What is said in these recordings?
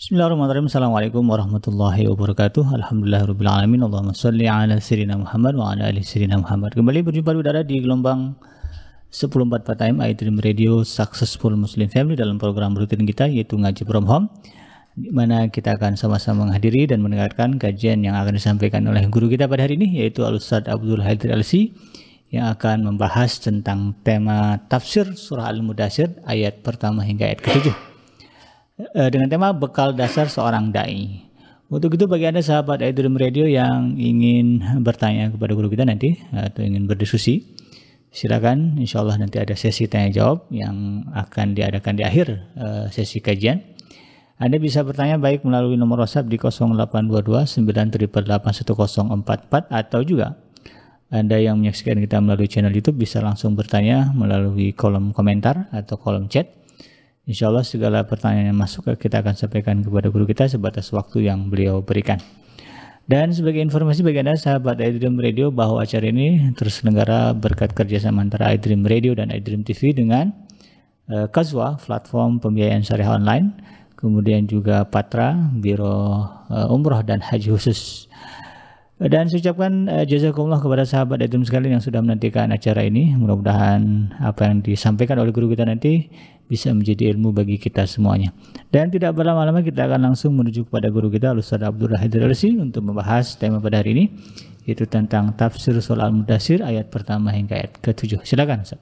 Bismillahirrahmanirrahim. Assalamualaikum warahmatullahi wabarakatuh. Alhamdulillahirabbil alamin. Allahumma shalli ala sayyidina Muhammad wa ala ali sayyidina Muhammad. Kembali berjumpa udara di gelombang 10.4 Time iDream Radio Successful Muslim Family dalam program rutin kita yaitu Ngaji From Home, di mana kita akan sama-sama menghadiri dan mendengarkan kajian yang akan disampaikan oleh guru kita pada hari ini, yaitu Al-Ustaz Abdul Haidir LC, yang akan membahas tentang tema tafsir surah Al-Mudaththir ayat pertama hingga ayat ke-7 dengan tema bekal dasar seorang da'i. Untuk itu bagi Anda sahabat iDream Radio yang ingin bertanya kepada guru kita nanti atau ingin berdiskusi, silakan. Insyaallah nanti ada sesi tanya jawab yang akan diadakan di akhir sesi kajian. Anda bisa bertanya baik melalui nomor WhatsApp di 0822 9881044 atau juga Anda yang menyaksikan kita melalui channel YouTube bisa langsung bertanya melalui kolom komentar atau kolom chat. Insyaallah segala pertanyaan yang masuk kita akan sampaikan kepada guru kita sebatas waktu yang beliau berikan. Dan sebagai informasi bagi Anda sahabat iDream Radio bahwa acara ini terselenggara berkat kerjasama antara iDream Radio dan iDream TV dengan Kazwa, platform pembiayaan syariah online, kemudian juga Patra, Biro Umroh dan Haji Khusus. Dan saya ucapkan jazakumullah kepada sahabat iDream sekalian yang sudah menantikan acara ini. Mudah-mudahan apa yang disampaikan oleh guru kita nanti bisa menjadi ilmu bagi kita semuanya. Dan tidak berlama-lama kita akan langsung menuju kepada guru kita Ustaz Abdul Haidir LC untuk membahas tema pada hari ini, yaitu tentang tafsir surah Al-Mudaththir ayat pertama hingga ayat ke-7. Silakan Ustaz.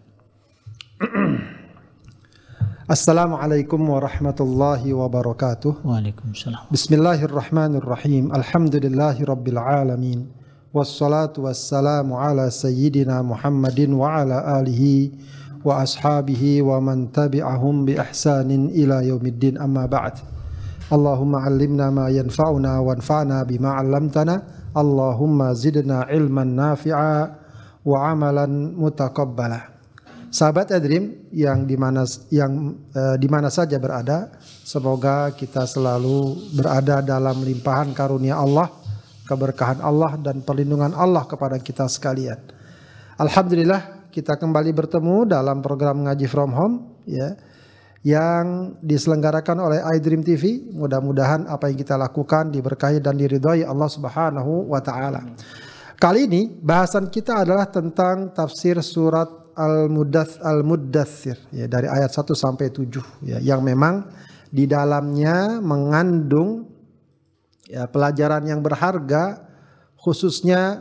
Assalamualaikum warahmatullahi wabarakatuh. Waalaikumsalam. Bismillahirrahmanirrahim. Alhamdulillahirabbil alamin. Wassalatu wassalamu ala sayyidina Muhammadin wa ala alihi wa ashabihi wa man tabi'ahum bi ihsanin ila yaumiddin, amma ba'd. Allahumma 'allimna ma yanfa'una wanfa'na bima 'allamtana. Allahumma zidna ilman nafi'a wa 'amalan mutaqabbala. Sahabat iDream yang di mana saja berada, semoga kita selalu berada dalam limpahan karunia Allah, keberkahan Allah dan perlindungan Allah kepada kita sekalian. Alhamdulillah kita kembali bertemu dalam program Ngaji From Home ya, yang diselenggarakan oleh iDream TV. Mudah-mudahan apa yang kita lakukan diberkahi dan diridhai Allah Subhanahu wa taala. Kali ini bahasan kita adalah tentang tafsir surat Al-Mudaththir ya, dari ayat 1 sampai 7 ya, yang memang di dalamnya mengandung ya, pelajaran yang berharga khususnya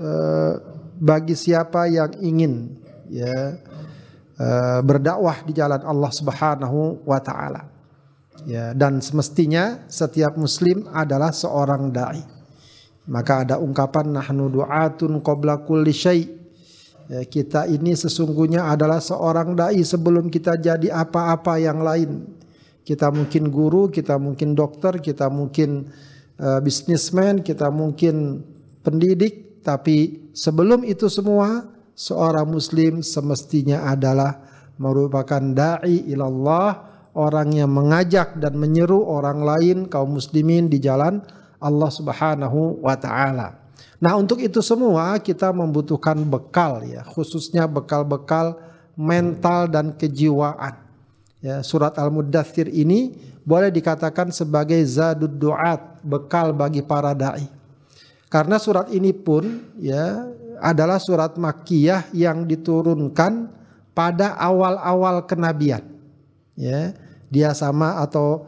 bagi siapa yang ingin ya, berdakwah di jalan Allah Subhanahu wa taala. Ya, dan semestinya setiap muslim adalah seorang dai. Maka ada ungkapan nahnu du'atun qabla kulli syai'. Ya, kita ini sesungguhnya adalah seorang dai sebelum kita jadi apa-apa yang lain. Kita mungkin guru, kita mungkin dokter, kita mungkin businessman, kita mungkin pendidik, tapi sebelum itu semua seorang muslim semestinya adalah merupakan dai ilallah, orang yang mengajak dan menyeru orang lain kaum muslimin di jalan Allah Subhanahu wa taala. Nah, untuk itu semua kita membutuhkan bekal ya, khususnya bekal-bekal mental dan kejiwaan. Ya, surat Al-Mudaththir ini boleh dikatakan sebagai zadud du'at, bekal bagi para dai. Karena surat ini pun ya adalah surat Makkiyah yang diturunkan pada awal-awal kenabian. Ya, dia sama atau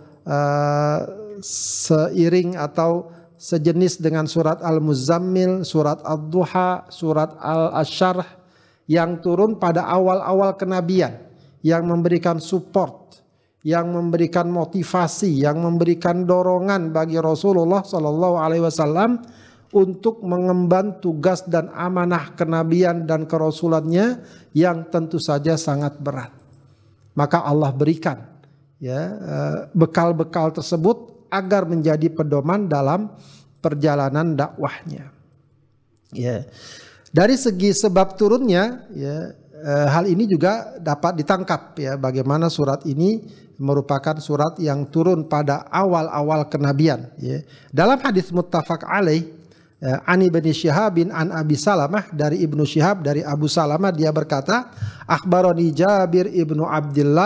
seiring atau sejenis dengan surat Al-Muzammil, surat Ad-Duha, surat Al-Asyarh yang turun pada awal-awal kenabian, yang memberikan support, yang memberikan motivasi, yang memberikan dorongan bagi Rasulullah SAW untuk mengemban tugas dan amanah kenabian dan kerasulannya yang tentu saja sangat berat. Maka Allah berikan ya bekal-bekal tersebut agar menjadi pedoman dalam perjalanan dakwahnya. Ya. Dari segi sebab turunnya, ya, hal ini juga dapat ditangkap ya, bagaimana surat ini merupakan surat yang turun pada awal-awal kenabian. Ya. Dalam hadis muttafaq alaih, Ani bin Syihab bin An Abi Salamah, dari Ibnu Syihab dari Abu Salamah, dia berkata, akhbarani Jabir ibnu Abdullah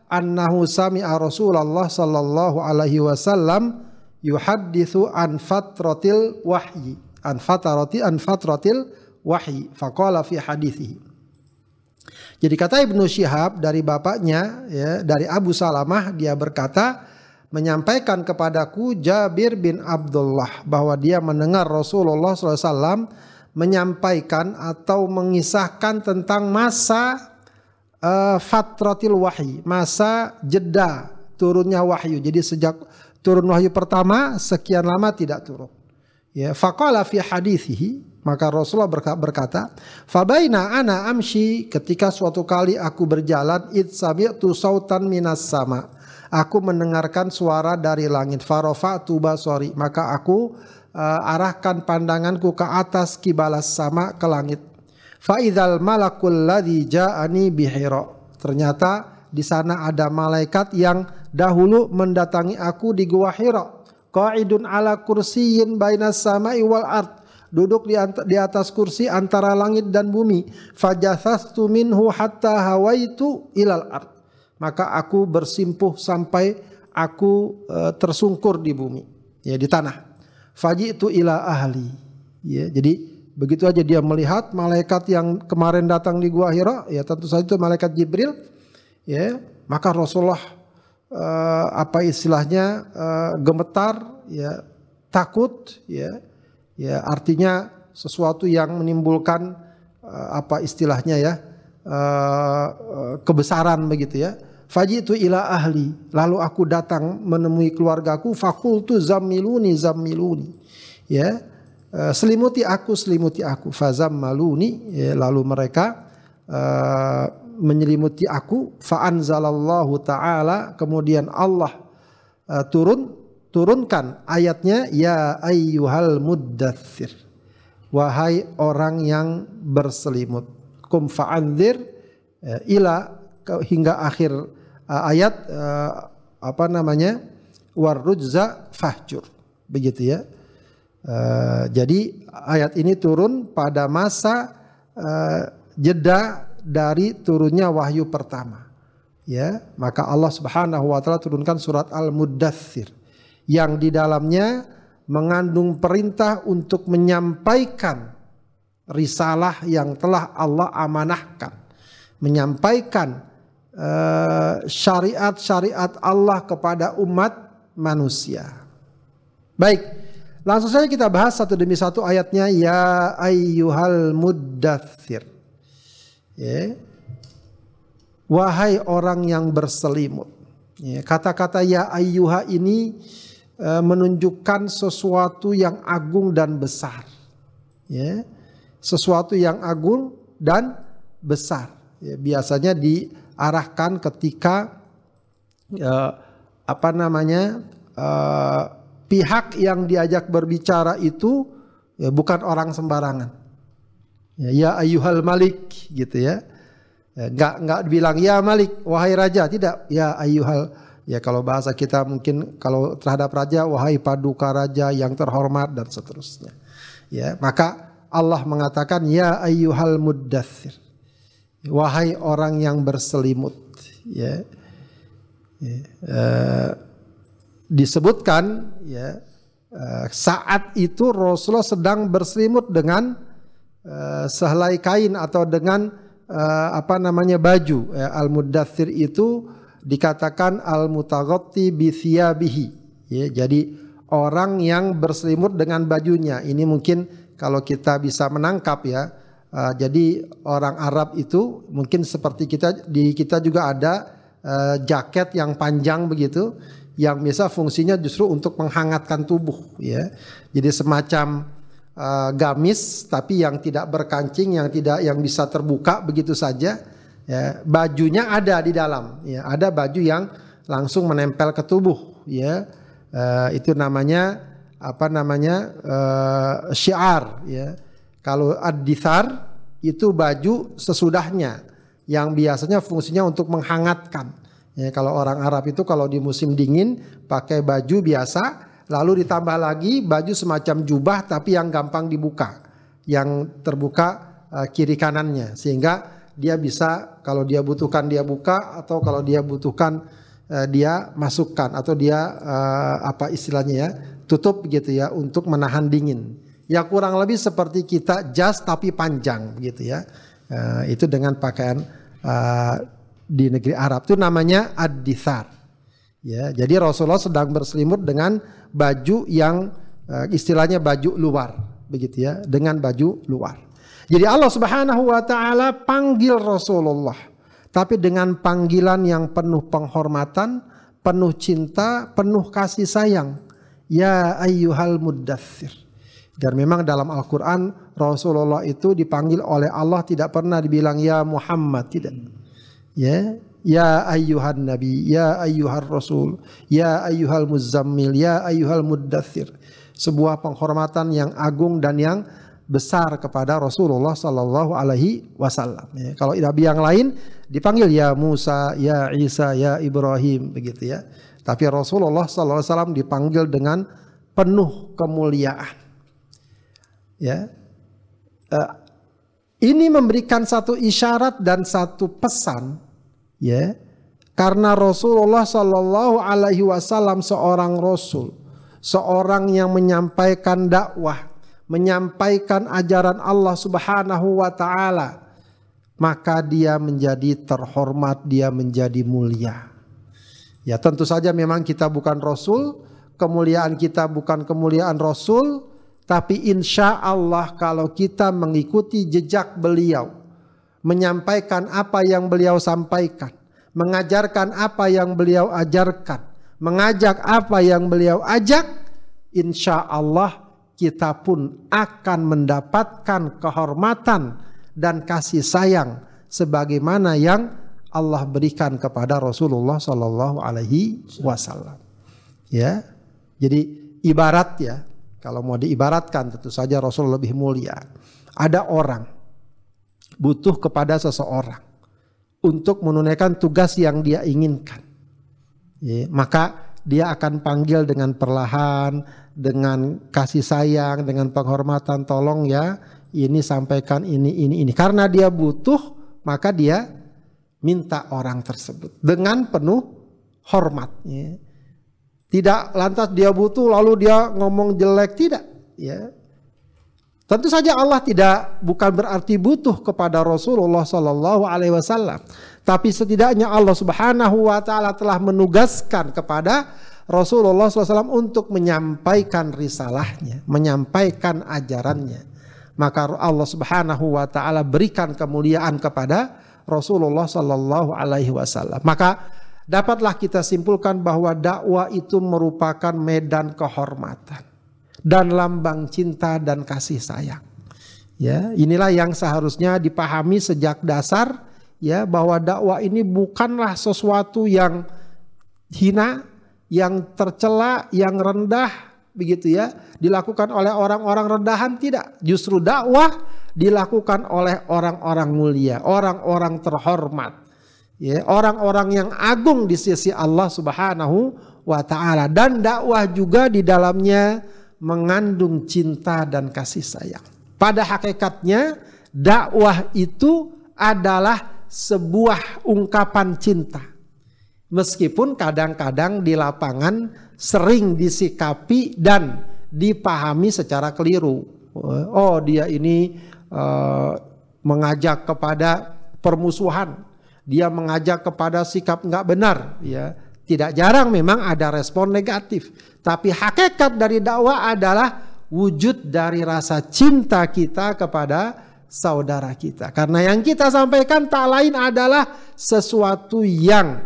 annahu sami'a Rasulullah sallallahu alaihi wasallam yuhadditsu an fatratil wahyi, an fatratil wahyi, faqala fi hadithihi. Jadi kata Ibnu Syihab dari bapaknya, ya, dari Abu Salamah, dia berkata, menyampaikan kepadaku Jabir bin Abdullah bahwa dia mendengar Rasulullah SAW menyampaikan atau mengisahkan tentang masa fatratil wahyi, masa jeda turunnya wahyu. Jadi sejak turun wahyu pertama sekian lama tidak turun. Ya, faqala fi hadithihi, maka Rasulullah berkata, fabaina ana amshi, ketika suatu kali aku berjalan, id sami'tu sautan minas sama, aku mendengarkan suara dari langit, farafa'tu basari, maka aku arahkan pandanganku ke atas kibalas sama, ke langit. Fa idzal malakul ladzi ja'ani bi Hira, ternyata di sana ada malaikat yang dahulu mendatangi aku di Gua Hira, qa'idun ala kursiyyin bainas sama'i wal ard, duduk di atas kursi antara langit dan bumi. Fajathastu minhu hatta hawaitu ilal ard, maka aku bersimpuh sampai aku tersungkur di bumi, ya, di tanah. Faji'tu ila ahli, ya, jadi begitu aja dia melihat malaikat yang kemarin datang di Gua Hira, ya tentu saja itu malaikat Jibril, ya, maka Rasulullah gemetar, ya, takut, ya, artinya sesuatu yang menimbulkan kebesaran begitu, ya. Faji'tu ila ahli, lalu aku datang menemui keluargaku, fakultu zammiluni, ya, selimuti aku, fazammaluni, ya, lalu mereka menyelimuti aku. Fa'anzalallahu ta'ala, kemudian Allah turunkan ayatnya, ya ayyuhal muddathir, wahai orang yang berselimut, kum fa'anzir, ila, hingga akhir ayat, warrujza fahjur, begitu, ya. Jadi ayat ini turun pada masa jeda dari turunnya wahyu pertama, ya. Maka Allah Subhanahu wa taala turunkan surat Al-Muddathir yang di dalamnya mengandung perintah untuk menyampaikan risalah yang telah Allah amanahkan, menyampaikan syariat-syariat Allah kepada umat manusia. Baik, langsung saja kita bahas satu demi satu ayatnya. Ya ayyuhal muddathir, ya, wahai orang yang berselimut, ya. Kata-kata ya ayyuha ini menunjukkan sesuatu yang agung dan besar, ya, sesuatu yang agung dan besar, ya. Biasanya diarahkan ketika pihak yang diajak berbicara itu, ya, bukan orang sembarangan. Ya ayyuhal malik, gitu, ya. Enggak bilang ya malik, wahai raja, tidak. Ya ayyuhal, ya, kalau bahasa kita mungkin kalau terhadap raja, wahai paduka raja yang terhormat, dan seterusnya. Ya, maka Allah mengatakan ya ayyuhal muddathir, wahai orang yang berselimut, ya. Disebutkan, ya, saat itu Rasulullah sedang berselimut dengan sehelai kain atau dengan baju, ya. Al-Muddathir itu dikatakan al-mutaghatti bi thiyabihi, ya. Jadi orang yang berselimut dengan bajunya. Ini mungkin kalau kita bisa menangkap, ya. Jadi orang Arab itu mungkin seperti kita juga ada jaket yang panjang begitu, yang biasa fungsinya justru untuk menghangatkan tubuh, ya. Jadi semacam gamis tapi yang tidak berkancing, yang bisa terbuka begitu saja, ya. Bajunya ada di dalam, ya. Ada baju yang langsung menempel ke tubuh, ya. Itu namanya syiar, ya. Kalau ad-dithar itu baju sesudahnya yang biasanya fungsinya untuk menghangatkan, ya. Kalau orang Arab itu kalau di musim dingin pakai baju biasa, lalu ditambah lagi baju semacam jubah tapi yang gampang dibuka, yang terbuka kiri kanannya, sehingga dia bisa, kalau dia butuhkan dia buka, atau kalau dia butuhkan dia masukkan, atau dia apa istilahnya ya, tutup gitu ya, untuk menahan dingin. Ya kurang lebih seperti kita jas tapi panjang gitu ya. Itu dengan pakaian di negeri Arab itu namanya ad-dithar. Ya, jadi Rasulullah sedang berselimut dengan baju yang istilahnya baju luar, begitu ya, dengan baju luar. Jadi Allah Subhanahu wa taala panggil Rasulullah, tapi dengan panggilan yang penuh penghormatan, penuh cinta, penuh kasih sayang. Ya ayyuhal muddaththir. Dan memang dalam Al-Quran Rasulullah itu dipanggil oleh Allah, tidak pernah dibilang ya Muhammad, tidak. Ya ayyuhan nabi, ya ayyuhar rasul, ya ayyuhal muzammil, ya ayyuhal muddaththir. Sebuah penghormatan yang agung dan yang besar kepada Rasulullah sallallahu alaihi wasallam. Ya, kalau nabi yang lain dipanggil ya Musa, ya Isa, ya Ibrahim, begitu ya. Tapi Rasulullah sallallahu alaihi wasallam dipanggil dengan penuh kemuliaan. Ya. Ini memberikan satu isyarat dan satu pesan, ya, karena Rasulullah Sallallahu Alaihi Wasallam seorang Rasul, seorang yang menyampaikan dakwah, menyampaikan ajaran Allah Subhanahu Wa Taala, maka dia menjadi terhormat, dia menjadi mulia. Ya tentu saja memang kita bukan Rasul, kemuliaan kita bukan kemuliaan Rasul. Tapi insya Allah kalau kita mengikuti jejak beliau, menyampaikan apa yang beliau sampaikan, mengajarkan apa yang beliau ajarkan, mengajak apa yang beliau ajak, insya Allah kita pun akan mendapatkan kehormatan dan kasih sayang sebagaimana yang Allah berikan kepada Rasulullah Sallallahu Alaihi Wasallam. Ya, jadi ibarat ya. Kalau mau diibaratkan tentu saja Rasul lebih mulia. Ada orang butuh kepada seseorang untuk menunaikan tugas yang dia inginkan. Ya, maka dia akan panggil dengan perlahan, dengan kasih sayang, dengan penghormatan, tolong ya ini sampaikan ini. Karena dia butuh maka dia minta orang tersebut dengan penuh hormat. Ya. Tidak lantas dia butuh lalu dia ngomong jelek, tidak. Ya. Tentu saja Allah bukan berarti butuh kepada Rasulullah Sallallahu Alaihi Wasallam, tapi setidaknya Allah Subhanahu Wa Taala telah menugaskan kepada Rasulullah SAW untuk menyampaikan risalahnya, menyampaikan ajarannya. Maka Allah Subhanahu Wa Taala berikan kemuliaan kepada Rasulullah Sallallahu Alaihi Wasallam. Maka dapatlah kita simpulkan bahwa dakwah itu merupakan medan kehormatan dan lambang cinta dan kasih sayang. Ya, inilah yang seharusnya dipahami sejak dasar ya, bahwa dakwah ini bukanlah sesuatu yang hina, yang tercela, yang rendah begitu ya, dilakukan oleh orang-orang rendahan, tidak. Justru dakwah dilakukan oleh orang-orang mulia, orang-orang terhormat. Ya, orang-orang yang agung di sisi Allah Subhanahu wa taala, dan dakwah juga di dalamnya mengandung cinta dan kasih sayang. Pada hakikatnya dakwah itu adalah sebuah ungkapan cinta. Meskipun kadang-kadang di lapangan sering disikapi dan dipahami secara keliru. Oh, dia ini mengajak kepada permusuhan. Dia mengajak kepada sikap enggak benar, ya. Tidak jarang memang ada respon negatif. Tapi hakikat dari dakwah adalah wujud dari rasa cinta kita kepada saudara kita. Karena yang kita sampaikan tak lain adalah sesuatu yang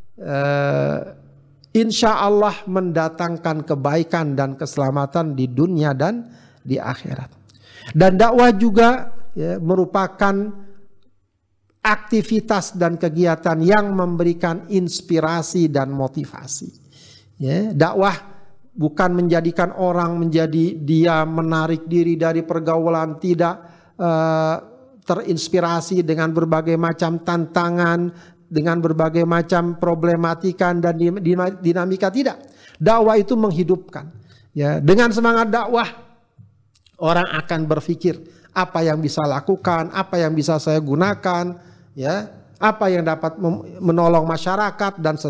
insya Allah mendatangkan kebaikan dan keselamatan di dunia dan di akhirat. Dan dakwah juga ya, merupakan aktivitas dan kegiatan yang memberikan inspirasi dan motivasi. Ya, dakwah bukan menjadikan orang menjadi dia menarik diri dari pergaulan, tidak terinspirasi dengan berbagai macam tantangan, dengan berbagai macam problematika dan dinamika, tidak. Dakwah itu menghidupkan. Ya, dengan semangat dakwah orang akan berpikir apa yang bisa lakukan, apa yang bisa saya gunakan. ya, apa yang dapat menolong masyarakat dan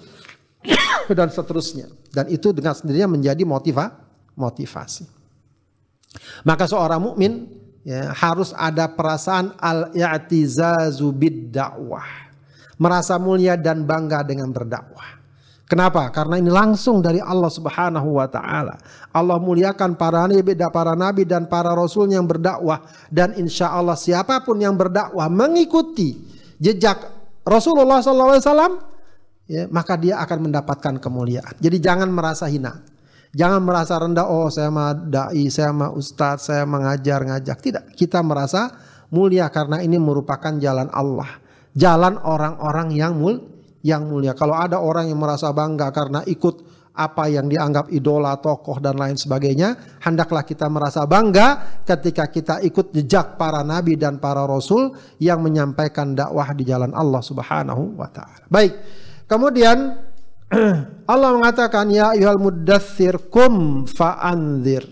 seterusnya. Dan itu dengan sendirinya menjadi motivasi. Maka seorang mukmin ya, harus ada perasaan al-i'tizazu bid-da'wah. Merasa mulia dan bangga dengan berdakwah. Kenapa? Karena ini langsung dari Allah Subhanahu wa taala. Allah muliakan para nabi dan para rasul yang berdakwah, dan insya Allah siapapun yang berdakwah mengikuti jejak Rasulullah SAW, ya, maka dia akan mendapatkan kemuliaan. Jadi jangan merasa hina. Jangan merasa rendah, oh saya mah dai, saya mah ustadz, saya ngajak. Tidak, kita merasa mulia karena ini merupakan jalan Allah. Jalan orang-orang yang mulia. Kalau ada orang yang merasa bangga karena ikut apa yang dianggap idola, tokoh dan lain sebagainya, hendaklah kita merasa bangga ketika kita ikut jejak para nabi dan para rasul yang menyampaikan dakwah di jalan Allah Subhanahu wa taala. Baik. Kemudian Allah mengatakan ya ayyuhal muddatsir qum fa'anzir.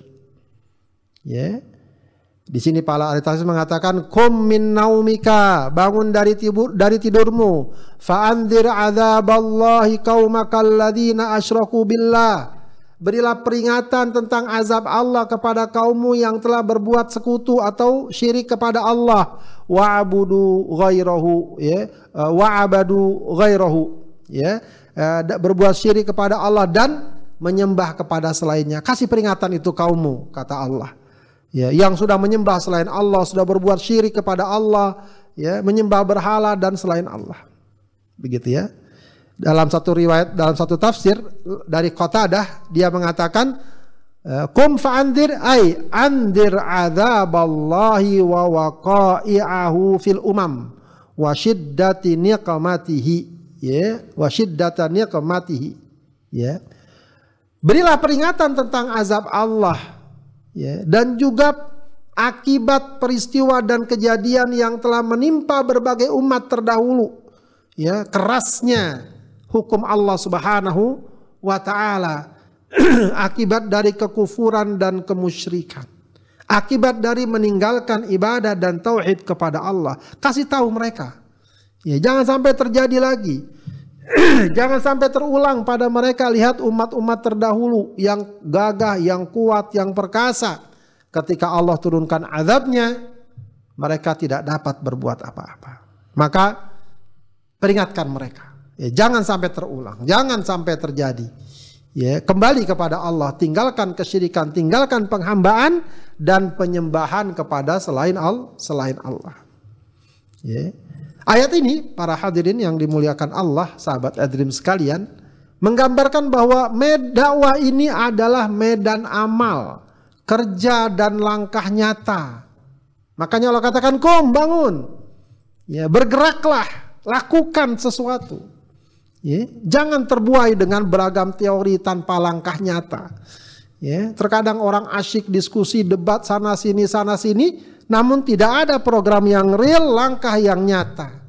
Ya. Di sini para ahli tafsir mengatakan qum min naumika, bangun dari tidurmu, fa'anzir adzaballahi qaumakal ladzina asyraku billah. Berilah peringatan tentang azab Allah kepada kaummu yang telah berbuat sekutu atau syirik kepada Allah. Wa'budu ghairahu, ya, wa'abadu ghairahu, ya, berbuat syirik kepada Allah dan menyembah kepada selainnya. Kasih peringatan itu kaummu, kata Allah. Ya, yang sudah menyembah selain Allah, sudah berbuat syirik kepada Allah, ya, menyembah berhala dan selain Allah. Begitu ya. Dalam satu riwayat, dalam satu tafsir dari Qatadah, dia mengatakan qum fa'anzir ay anzir adzaballahi wa waqa'i'ahu fil umam wa shiddati niqmatihi, ya, wa shiddata niqmatihi, ya. Berilah peringatan tentang azab Allah, ya, dan juga akibat peristiwa dan kejadian yang telah menimpa berbagai umat terdahulu, ya, kerasnya hukum Allah Subhanahu wa taala, akibat dari kekufuran dan kemusyrikan, akibat dari meninggalkan ibadah dan tauhid kepada Allah. Kasih tahu mereka, ya, jangan sampai terjadi lagi. Jangan sampai terulang pada mereka. Lihat umat-umat terdahulu yang gagah, yang kuat, yang perkasa. Ketika Allah turunkan azabnya, mereka tidak dapat berbuat apa-apa. Maka peringatkan mereka, ya, jangan sampai terulang, jangan sampai terjadi. Ya, kembali kepada Allah, tinggalkan kesyirikan, tinggalkan penghambaan dan penyembahan kepada selain Allah. Ya. Ayat ini, para hadirin yang dimuliakan Allah, sahabat Adrim sekalian, menggambarkan bahwa dakwah ini adalah medan amal, kerja dan langkah nyata. Makanya Allah katakan, "Qum, bangun." Ya, bergeraklah, lakukan sesuatu. Ya, jangan terbuai dengan beragam teori tanpa langkah nyata. Ya, terkadang orang asyik diskusi, debat sana sini, namun tidak ada program yang real, langkah yang nyata.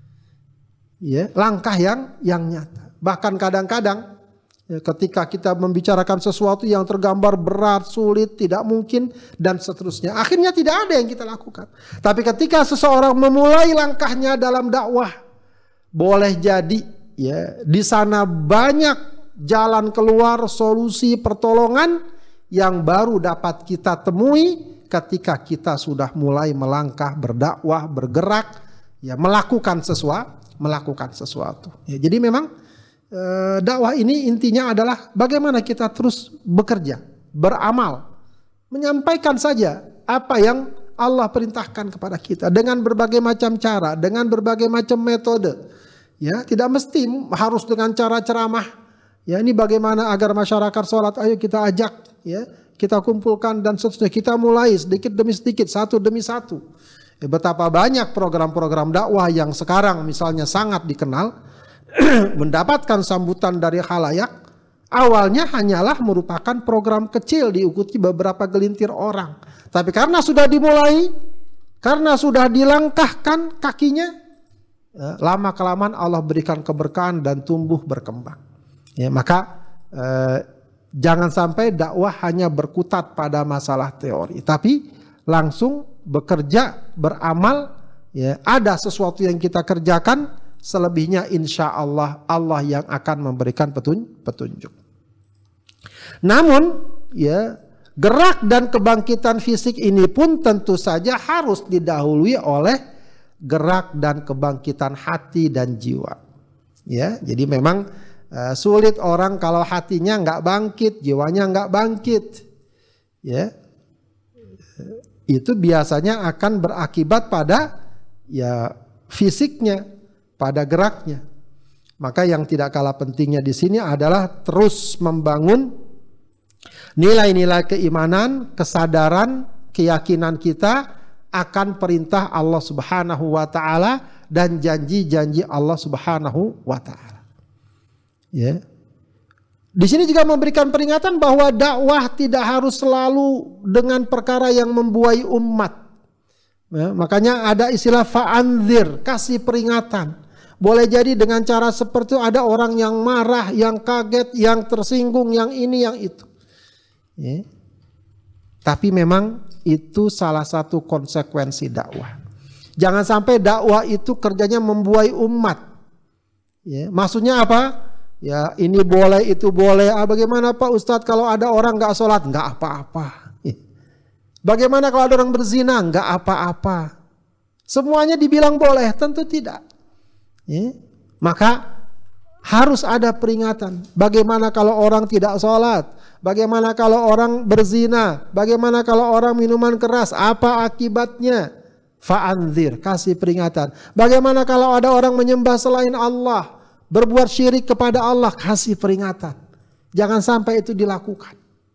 Ya, langkah yang nyata. Bahkan kadang-kadang, ya, ketika kita membicarakan sesuatu yang tergambar berat, sulit, tidak mungkin dan seterusnya, akhirnya tidak ada yang kita lakukan. Tapi ketika seseorang memulai langkahnya dalam dakwah, boleh jadi, ya, di sana banyak jalan keluar, solusi, pertolongan yang baru dapat kita temui ketika kita sudah mulai melangkah, berdakwah, bergerak, ya, melakukan sesuatu. Ya, jadi memang dakwah ini intinya adalah bagaimana kita terus bekerja, beramal, menyampaikan saja apa yang Allah perintahkan kepada kita dengan berbagai macam cara, dengan berbagai macam metode. Ya, tidak mesti harus dengan cara ceramah. Ya, ini bagaimana agar masyarakat sholat, ayo kita ajak, ya, kita kumpulkan dan seterusnya. Kita mulai sedikit demi sedikit, satu demi satu. Ya, betapa banyak program-program dakwah yang sekarang misalnya sangat dikenal, mendapatkan sambutan dari khalayak. Awalnya hanyalah merupakan program kecil diikuti beberapa gelintir orang. Tapi karena sudah dimulai, karena sudah dilangkahkan kakinya, lama-kelamaan Allah berikan keberkahan dan tumbuh berkembang. Ya, maka jangan sampai dakwah hanya berkutat pada masalah teori, tapi langsung bekerja, beramal, ya, ada sesuatu yang kita kerjakan, selebihnya insya Allah Allah yang akan memberikan petunjuk. Namun ya, gerak dan kebangkitan fisik ini pun tentu saja harus didahului oleh gerak dan kebangkitan hati dan jiwa. Ya, jadi memang sulit orang kalau hatinya nggak bangkit, jiwanya nggak bangkit. Ya, itu biasanya akan berakibat pada ya fisiknya, pada geraknya. Maka yang tidak kalah pentingnya di sini adalah terus membangun nilai-nilai keimanan, kesadaran, keyakinan kita akan perintah Allah Subhanahu wa taala dan janji-janji Allah Subhanahu wa taala. Ya. Di sini juga memberikan peringatan bahwa dakwah tidak harus selalu dengan perkara yang membuai umat. Ya, makanya ada istilah fa'anzir, kasih peringatan. Boleh jadi dengan cara seperti itu ada orang yang marah, yang kaget, yang tersinggung, yang ini, yang itu. Ya. Tapi memang itu salah satu konsekuensi dakwah. Jangan sampai dakwah itu kerjanya membuai umat. Ya. Maksudnya apa? Ya ini boleh, itu boleh. Bagaimana Pak Ustadz kalau ada orang gak sholat? Gak apa-apa. Bagaimana kalau ada orang berzina? Gak apa-apa. Semuanya dibilang boleh? Tentu tidak. Ya. Maka harus ada peringatan. Bagaimana kalau orang tidak sholat? Bagaimana kalau orang berzina? Bagaimana kalau orang minuman keras? Apa akibatnya? Fa'anzir, kasih peringatan. Bagaimana kalau ada orang menyembah selain Allah? Berbuat syirik kepada Allah, kasih peringatan. Jangan sampai itu dilakukan.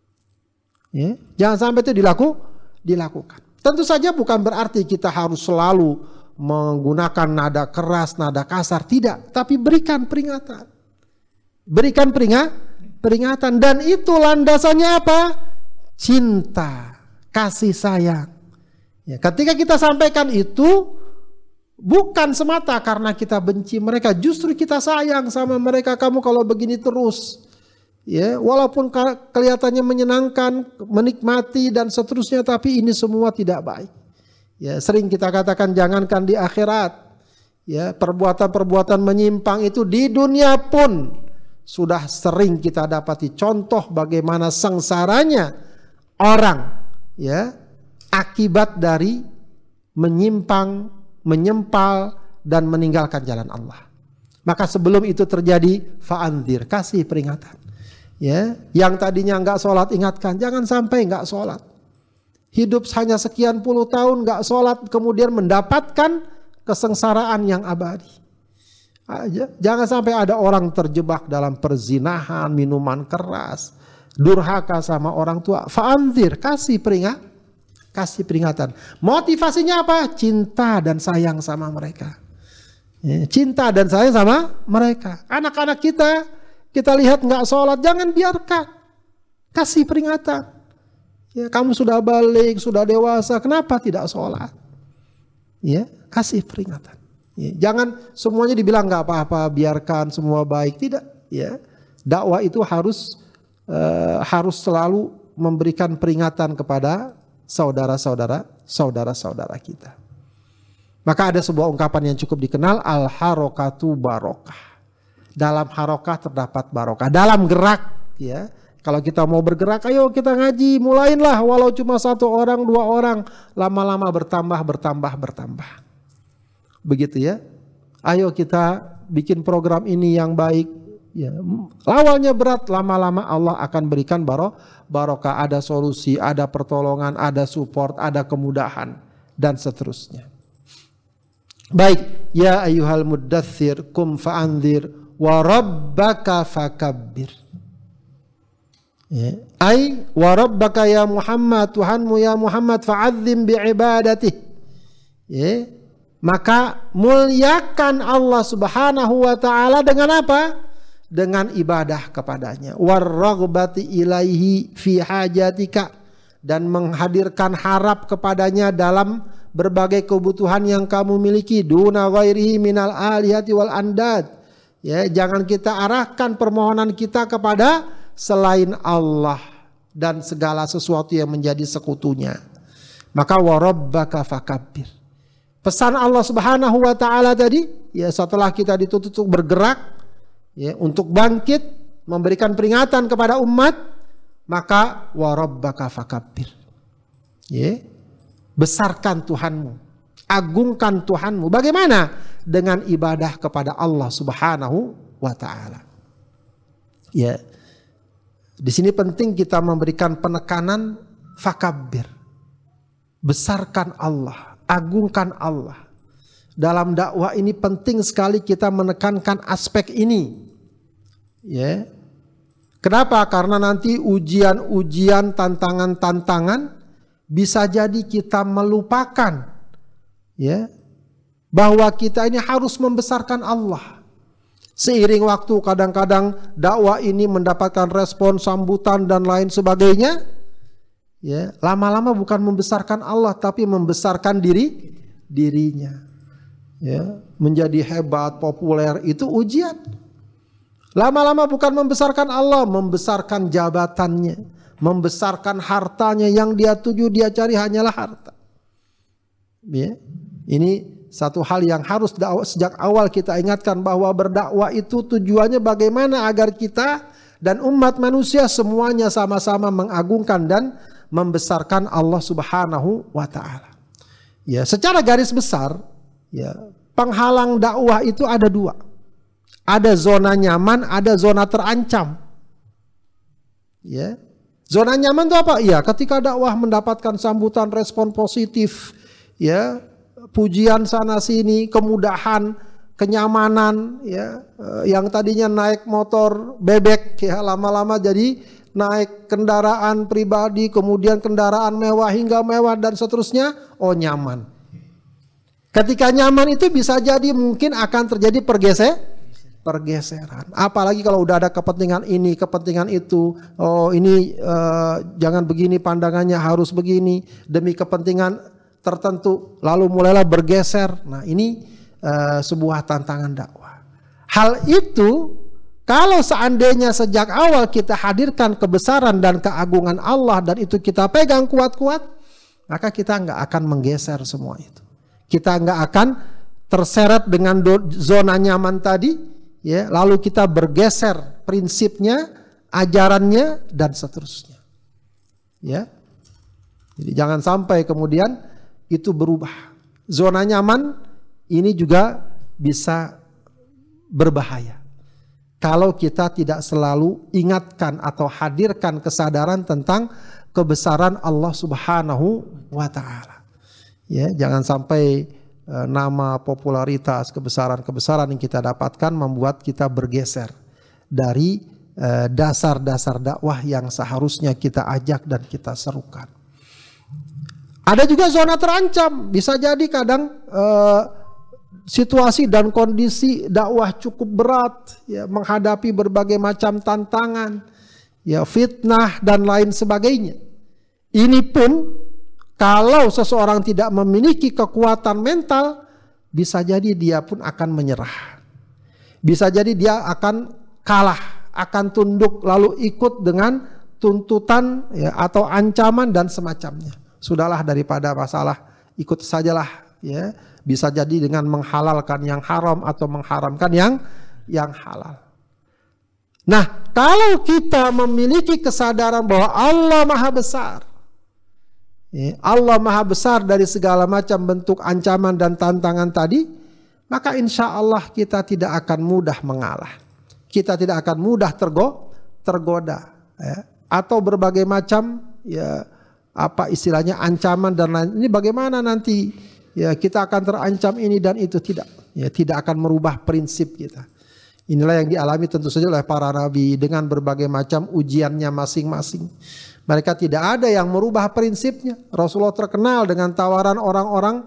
Ya. Jangan sampai itu dilakukan. Tentu saja bukan berarti kita harus selalu menggunakan nada keras, nada kasar. Tidak, tapi berikan peringatan. Berikan peringatan. Dan itu landasannya apa? Cinta, kasih sayang. Ya, ketika kita sampaikan itu, bukan semata karena kita benci mereka, justru kita sayang sama mereka. Kamu kalau begini terus, ya, walaupun kelihatannya menyenangkan, menikmati dan seterusnya, tapi ini semua tidak baik. Ya, sering kita katakan jangankan di akhirat, ya, perbuatan-perbuatan menyimpang itu di dunia pun sudah sering kita dapati contoh bagaimana sengsaranya orang, ya, akibat dari menyimpang, menyempal dan meninggalkan jalan Allah. Maka sebelum itu terjadi, fa'anzir, kasih peringatan. Ya, yang tadinya enggak sholat ingatkan, jangan sampai enggak sholat. Hidup hanya sekian puluh tahun enggak sholat, kemudian mendapatkan kesengsaraan yang abadi. Jangan sampai ada orang terjebak dalam perzinahan, minuman keras, durhaka sama orang tua. Fa'anzir, kasih peringatan. Motivasinya apa? Cinta dan sayang sama mereka. Cinta dan sayang sama mereka. Anak-anak kita lihat nggak sholat, jangan biarkan. Kasih peringatan. Ya, kamu sudah balik, sudah dewasa, kenapa tidak sholat? Ya, kasih peringatan. Ya, jangan semuanya dibilang nggak apa-apa, biarkan semua baik. Tidak. Ya, dakwah itu harus selalu memberikan peringatan kepada saudara-saudara kita. Maka ada sebuah ungkapan yang cukup dikenal, al-harokatu barokah. Dalam harokah terdapat barokah. Dalam gerak, ya. Kalau kita mau bergerak, ayo kita ngaji, mulainlah walau cuma 1 orang, 2 orang, lama-lama bertambah. Begitu ya. Ayo kita bikin program ini yang baik. Ya, awalnya berat, lama-lama Allah akan berikan barokah, ada solusi, ada pertolongan, ada support, ada kemudahan dan seterusnya. Baik, ya ayyuhal muddatsir kum fa'anzir wa rabbaka fakabbir. Ya, ai wa rabbaka ya Muhammad, Tuhanmu ya Muhammad, fa'azzim bi'ibadatih. Ya, maka muliakan Allah Subhanahu wa taala dengan apa? Dengan ibadah kepadanya. Warraghbati ilaihi fi hajatika, dan menghadirkan harap kepadanya dalam berbagai kebutuhan yang kamu miliki. Duna ghairihi minal alihati wal andad. Ya, jangan kita arahkan permohonan kita kepada selain Allah dan segala sesuatu yang menjadi sekutunya. Maka warabbaka fakabbir. pesan Allah Subhanahu wa taala tadi, ya setelah kita dituntut untuk bergerak, ya untuk bangkit, memberikan peringatan kepada umat, maka wa rabbaka fakabbir. Ya. Besarkan Tuhanmu, agungkan Tuhanmu. Bagaimana? Dengan ibadah kepada Allah Subhanahu wa taala. Ya. Di sini penting kita memberikan penekanan fakabbir. Besarkan Allah, agungkan Allah. Dalam dakwah ini penting sekali kita menekankan aspek ini. Ya. Kenapa? Karena nanti ujian-ujian, tantangan-tantangan bisa jadi kita melupakan, ya, bahwa kita ini harus membesarkan Allah. Seiring waktu kadang-kadang dakwah ini mendapatkan respon, sambutan dan lain sebagainya. Ya, lama-lama bukan membesarkan Allah tapi membesarkan dirinya. Ya, menjadi hebat, populer, itu ujian. Lama-lama bukan membesarkan Allah, membesarkan jabatannya, membesarkan hartanya, yang dia tuju, dia cari hanyalah harta. Ya, ini satu hal yang harus sejak awal kita ingatkan, bahwa berdakwah itu tujuannya bagaimana agar kita dan umat manusia semuanya sama-sama mengagungkan dan membesarkan Allah Subhanahu wa taala. Ya, secara garis besar, ya, penghalang dakwah itu ada dua. Ada zona nyaman, ada zona terancam. Ya. Zona nyaman itu apa? Ya, ketika dakwah mendapatkan sambutan, respon positif, ya, pujian sana sini, kemudahan, kenyamanan, ya, yang tadinya naik motor bebek, ya, lama-lama jadi naik kendaraan pribadi, kemudian kendaraan mewah hingga mewah dan seterusnya, oh nyaman. Ketika nyaman itu bisa jadi mungkin akan terjadi pergeseran. Apalagi kalau udah ada kepentingan ini, kepentingan itu. Oh ini jangan begini pandangannya, harus begini demi kepentingan tertentu. Lalu mulailah bergeser. Nah ini sebuah tantangan dakwah. Hal itu kalau seandainya sejak awal kita hadirkan kebesaran dan keagungan Allah dan itu kita pegang kuat-kuat, maka kita nggak akan menggeser semua itu. Kita nggak akan terseret dengan zona nyaman tadi. Ya, lalu kita bergeser prinsipnya, ajarannya dan seterusnya. Ya. Jadi jangan sampai kemudian itu berubah. Zona nyaman ini juga bisa berbahaya. Kalau kita tidak selalu ingatkan atau hadirkan kesadaran tentang kebesaran Allah Subhanahu wa taala. Ya, jangan sampai nama, popularitas, kebesaran-kebesaran yang kita dapatkan membuat kita bergeser dari dasar-dasar dakwah yang seharusnya kita ajak dan kita serukan. Ada juga zona terancam, bisa jadi kadang situasi dan kondisi dakwah cukup berat, ya, menghadapi berbagai macam tantangan, ya, fitnah dan lain sebagainya. Ini pun kalau seseorang tidak memiliki kekuatan mental, bisa jadi dia pun akan menyerah. Bisa jadi dia akan kalah, akan tunduk lalu ikut dengan tuntutan, ya, atau ancaman dan semacamnya. Sudahlah daripada masalah, ikut sajalah, ya. Bisa jadi dengan menghalalkan yang haram atau mengharamkan yang halal. Nah, kalau kita memiliki kesadaran bahwa Allah Maha Besar, Allah Maha Besar dari segala macam bentuk ancaman dan tantangan tadi, maka insya Allah kita tidak akan mudah mengalah. Kita tidak akan mudah tergoda, ya. Atau berbagai macam, ya, apa istilahnya, ancaman dan lain. Ini bagaimana nanti, ya, kita akan terancam ini dan itu, tidak, ya, tidak akan merubah prinsip kita. Inilah yang dialami tentu saja oleh para nabi dengan berbagai macam ujiannya masing-masing. Mereka tidak ada yang merubah prinsipnya. Rasulullah terkenal dengan tawaran orang-orang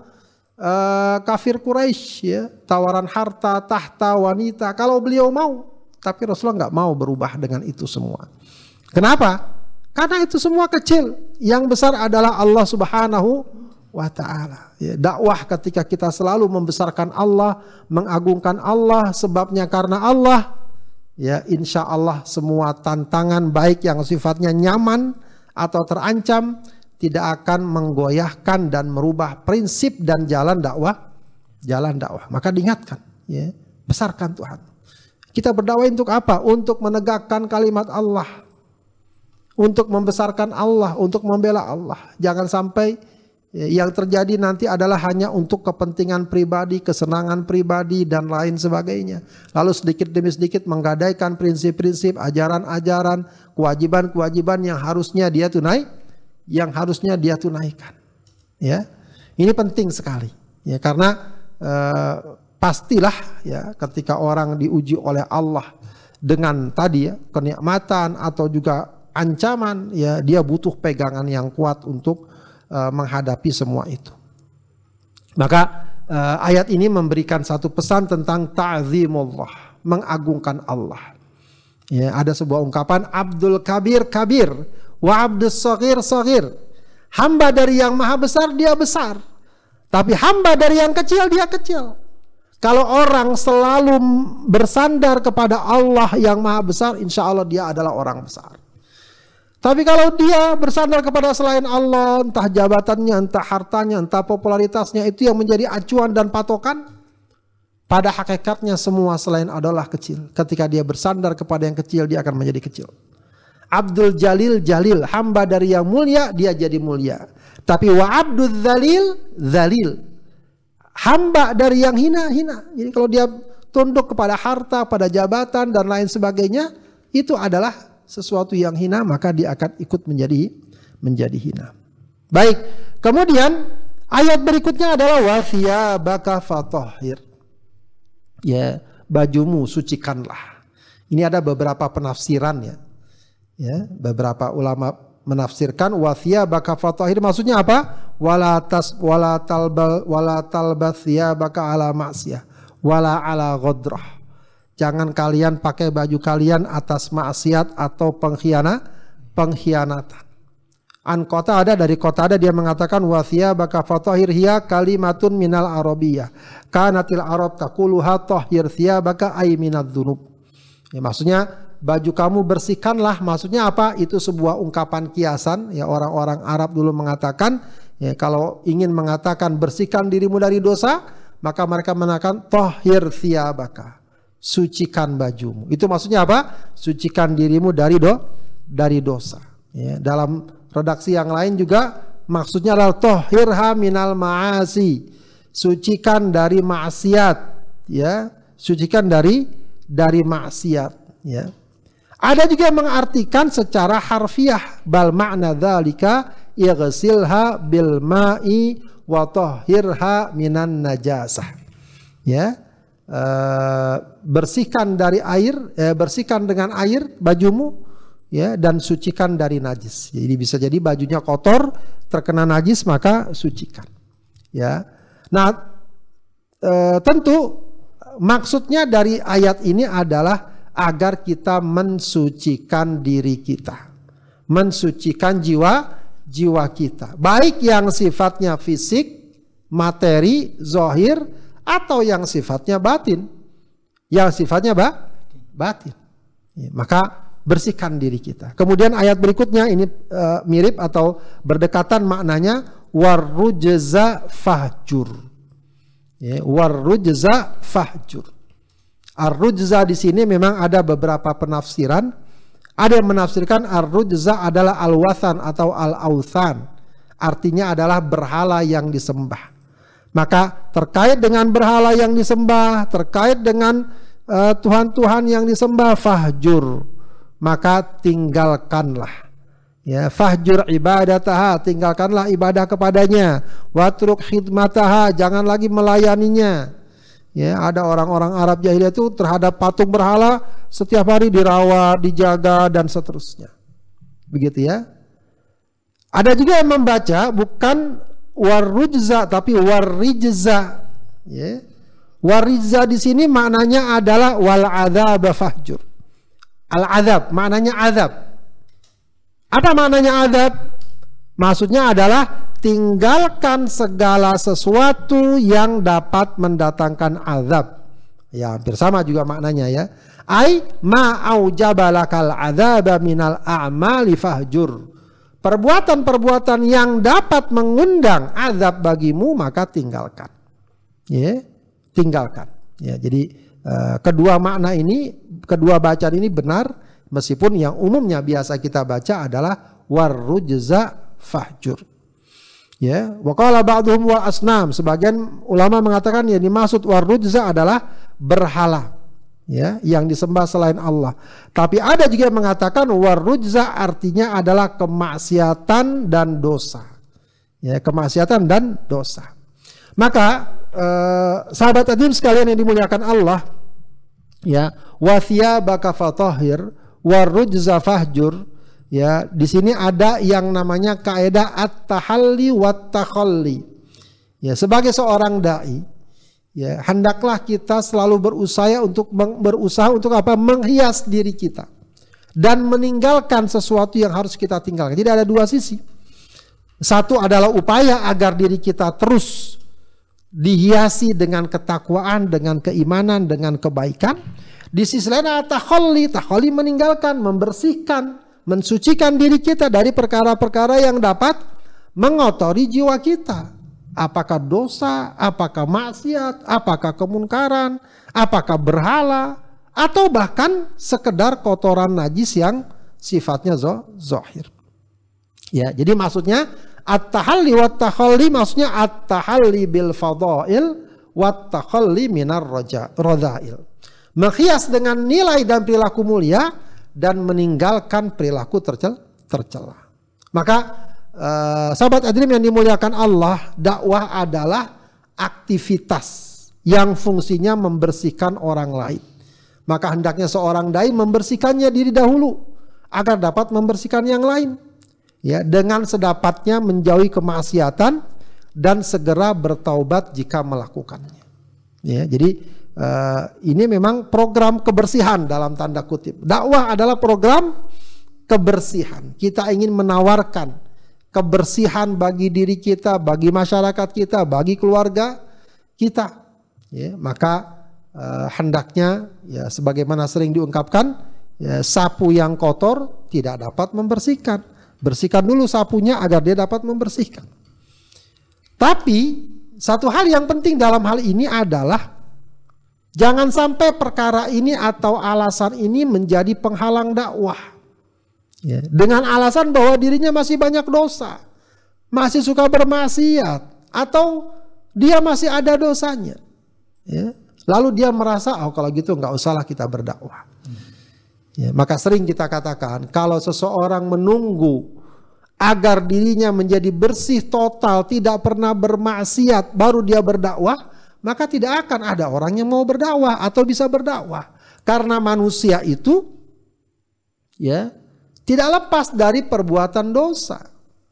kafir Quraisy, ya, tawaran harta, tahta, wanita. Kalau beliau mau, tapi Rasulullah nggak mau berubah dengan itu semua. Kenapa? Karena itu semua kecil. Yang besar adalah Allah Subhanahu wa ta'ala. Ya, dakwah ketika kita selalu membesarkan Allah, mengagungkan Allah, sebabnya karena Allah, ya, insya Allah semua tantangan baik yang sifatnya nyaman atau terancam tidak akan menggoyahkan dan merubah prinsip dan jalan dakwah jalan dakwah. Maka diingatkan, ya, besarkan Tuhan. Kita berdakwah untuk apa? Untuk menegakkan kalimat Allah, untuk membesarkan Allah, untuk membela Allah. Jangan sampai yang terjadi nanti adalah hanya untuk kepentingan pribadi, kesenangan pribadi, dan lain sebagainya. Lalu sedikit demi sedikit menggadaikan prinsip-prinsip, ajaran-ajaran, kewajiban-kewajiban yang harusnya dia tunaikan. Ya, ini penting sekali. Ya, karena pastilah ya ketika orang diuji oleh Allah dengan tadi ya kenikmatan atau juga ancaman, ya dia butuh pegangan yang kuat untuk menghadapi semua itu. Maka ayat ini memberikan satu pesan tentang ta'zimullah, mengagungkan Allah. Ya, ada sebuah ungkapan, Abdul Kabir kabir wa abdus saghir saghir. Hamba dari yang maha besar dia besar, tapi hamba dari yang kecil dia kecil. Kalau orang selalu bersandar kepada Allah yang maha besar, insya Allah dia adalah orang besar. Tapi kalau dia bersandar kepada selain Allah, entah jabatannya, entah hartanya, entah popularitasnya, itu yang menjadi acuan dan patokan, pada hakikatnya semua selain adalah kecil. Ketika dia bersandar kepada yang kecil, dia akan menjadi kecil. Abdul Jalil Jalil, hamba dari yang mulia, dia jadi mulia. Tapi wa abdul Zalil Zalil, hamba dari yang hina hina. Jadi kalau dia tunduk kepada harta, pada jabatan dan lain sebagainya, itu adalah sesuatu yang hina, maka dia akan ikut menjadi hina. Baik, kemudian ayat berikutnya adalah wa thiyabaka fatahhir. Ya, bajumu sucikanlah. Ini ada beberapa penafsiran ya. Ya, beberapa ulama menafsirkan wa thiyabaka fatahhir maksudnya apa? Wala talbath thiyabaka ala ma'siyah wala ala ghadrah. Jangan kalian pakai baju kalian atas maksiat atau pengkhianatan. An Qatada, dari Qatada dia mengatakan wa thiyabaka fatahhir hiya kalimatun minal arabiyyah. Kanatil arab taquluha tahhir thiyabaka ay minadz dzunub. Ya, maksudnya baju kamu bersihkanlah, maksudnya apa? Itu sebuah ungkapan kiasan ya, orang-orang Arab dulu mengatakan ya, kalau ingin mengatakan bersihkan dirimu dari dosa, maka mereka mengatakan tahhir thiyabaka. Sucikan bajumu. Itu maksudnya apa? Sucikan dirimu dari dosa. Ya, dalam redaksi yang lain juga maksudnya adalah tahhirha minal ma'asi. Sucikan dari maksiat, ya. Sucikan dari maksiat, ya. Ada juga yang mengartikan secara harfiah, bal ma'na dzalika ighsilha bil ma'i wa tahhirha minan najasah. Ya. Bersihkan dari air, bersihkan dengan air bajumu, ya, dan sucikan dari najis. Jadi bisa jadi bajunya kotor, terkena najis, maka sucikan. Ya, nah tentu maksudnya dari ayat ini adalah agar kita mensucikan diri kita, mensucikan jiwa kita, baik yang sifatnya fisik, materi, zahir, atau yang sifatnya batin, batin. Ya, maka bersihkan diri kita. Kemudian ayat berikutnya ini mirip atau berdekatan maknanya, warrujza fahjur. Ya, warrujza fahjur. Ar-rujza di sini memang ada beberapa penafsiran. Ada yang menafsirkan ar-rujza adalah al-wathan atau al-authan. Artinya adalah berhala yang disembah. Maka terkait dengan berhala yang disembah, terkait dengan Tuhan-Tuhan yang disembah, fahjur, maka tinggalkanlah. Ya, fahjur ibadataha, tinggalkanlah ibadah kepadanya. Watruk khidmataha, jangan lagi melayaninya. Ya, ada orang-orang Arab jahiliyah itu terhadap patung berhala setiap hari dirawat, dijaga dan seterusnya. Begitu ya. Ada juga yang membaca bukan warrujza tapi warrijza. Ya. Warrijza di sini maknanya adalah wal adzab fahjur. Al adzab maknanya azab. Apa maknanya azab? Maksudnya adalah tinggalkan segala sesuatu yang dapat mendatangkan azab. Ya, hampir sama juga maknanya ya. Ai ma aujabalakal adzaba minal a'mali fahjur. Perbuatan-perbuatan yang dapat mengundang azab bagimu maka tinggalkan. ya, tinggalkan. Ya, jadi kedua makna ini, kedua bacaan ini benar, meskipun yang umumnya biasa kita baca adalah warrujza fahjur. Ya, wa qala ba'dhum wa asnam, sebagian ulama mengatakan yang dimaksud warrujza adalah berhala, ya, yang disembah selain Allah. Tapi ada juga yang mengatakan warrujza artinya adalah kemaksiatan dan dosa. Ya, kemaksiatan dan dosa. Maka sahabat hadirin sekalian yang dimuliakan Allah, ya, wa thiyabaka fatahhir warrujza fahjur. Ya, di sini ada yang namanya kaidah at-tahalli wat-takhalli. Ya, sebagai seorang dai, ya, hendaklah kita selalu berusaha untuk apa? Menghias diri kita dan meninggalkan sesuatu yang harus kita tinggalkan. Jadi ada dua sisi. Satu adalah upaya agar diri kita terus dihiasi dengan ketakwaan, dengan keimanan, dengan kebaikan. Di sisi lain at-takhalli, takhalli meninggalkan, membersihkan, mensucikan diri kita dari perkara-perkara yang dapat mengotori jiwa kita. Apakah dosa, apakah maksiat, apakah kemungkaran, apakah berhala, atau bahkan sekedar kotoran najis yang sifatnya zahir. Ya, jadi maksudnya at-tahalli wat-takhalli, maksudnya at-tahalli bil fadail wat-takhalli minar radha'il. Menghias dengan nilai dan perilaku mulia dan meninggalkan perilaku tercela. Maka sahabat hadirin yang dimuliakan Allah, dakwah adalah aktivitas yang fungsinya membersihkan orang lain. Maka hendaknya seorang dai membersihkannya diri dahulu agar dapat membersihkan yang lain. Ya, dengan sedapatnya menjauhi kemaksiatan dan segera bertaubat jika melakukannya. Ya, jadi ini memang program kebersihan dalam tanda kutip. Dakwah adalah program kebersihan. Kita ingin menawarkan kebersihan bagi diri kita, bagi masyarakat kita, bagi keluarga kita. Ya, maka hendaknya, ya, sebagaimana sering diungkapkan, ya, sapu yang kotor tidak dapat membersihkan. Bersihkan dulu sapunya agar dia dapat membersihkan. Tapi satu hal yang penting dalam hal ini adalah jangan sampai perkara ini atau alasan ini menjadi penghalang dakwah. Ya, dengan alasan bahwa dirinya masih banyak dosa, masih suka bermaksiat, atau dia masih ada dosanya. Ya, lalu dia merasa, oh kalau gitu nggak usahlah kita berdakwah. Ya, maka sering kita katakan, kalau seseorang menunggu agar dirinya menjadi bersih total, tidak pernah bermaksiat, baru dia berdakwah, maka tidak akan ada orang yang mau berdakwah atau bisa berdakwah. Karena manusia itu, ya, tidak lepas dari perbuatan dosa.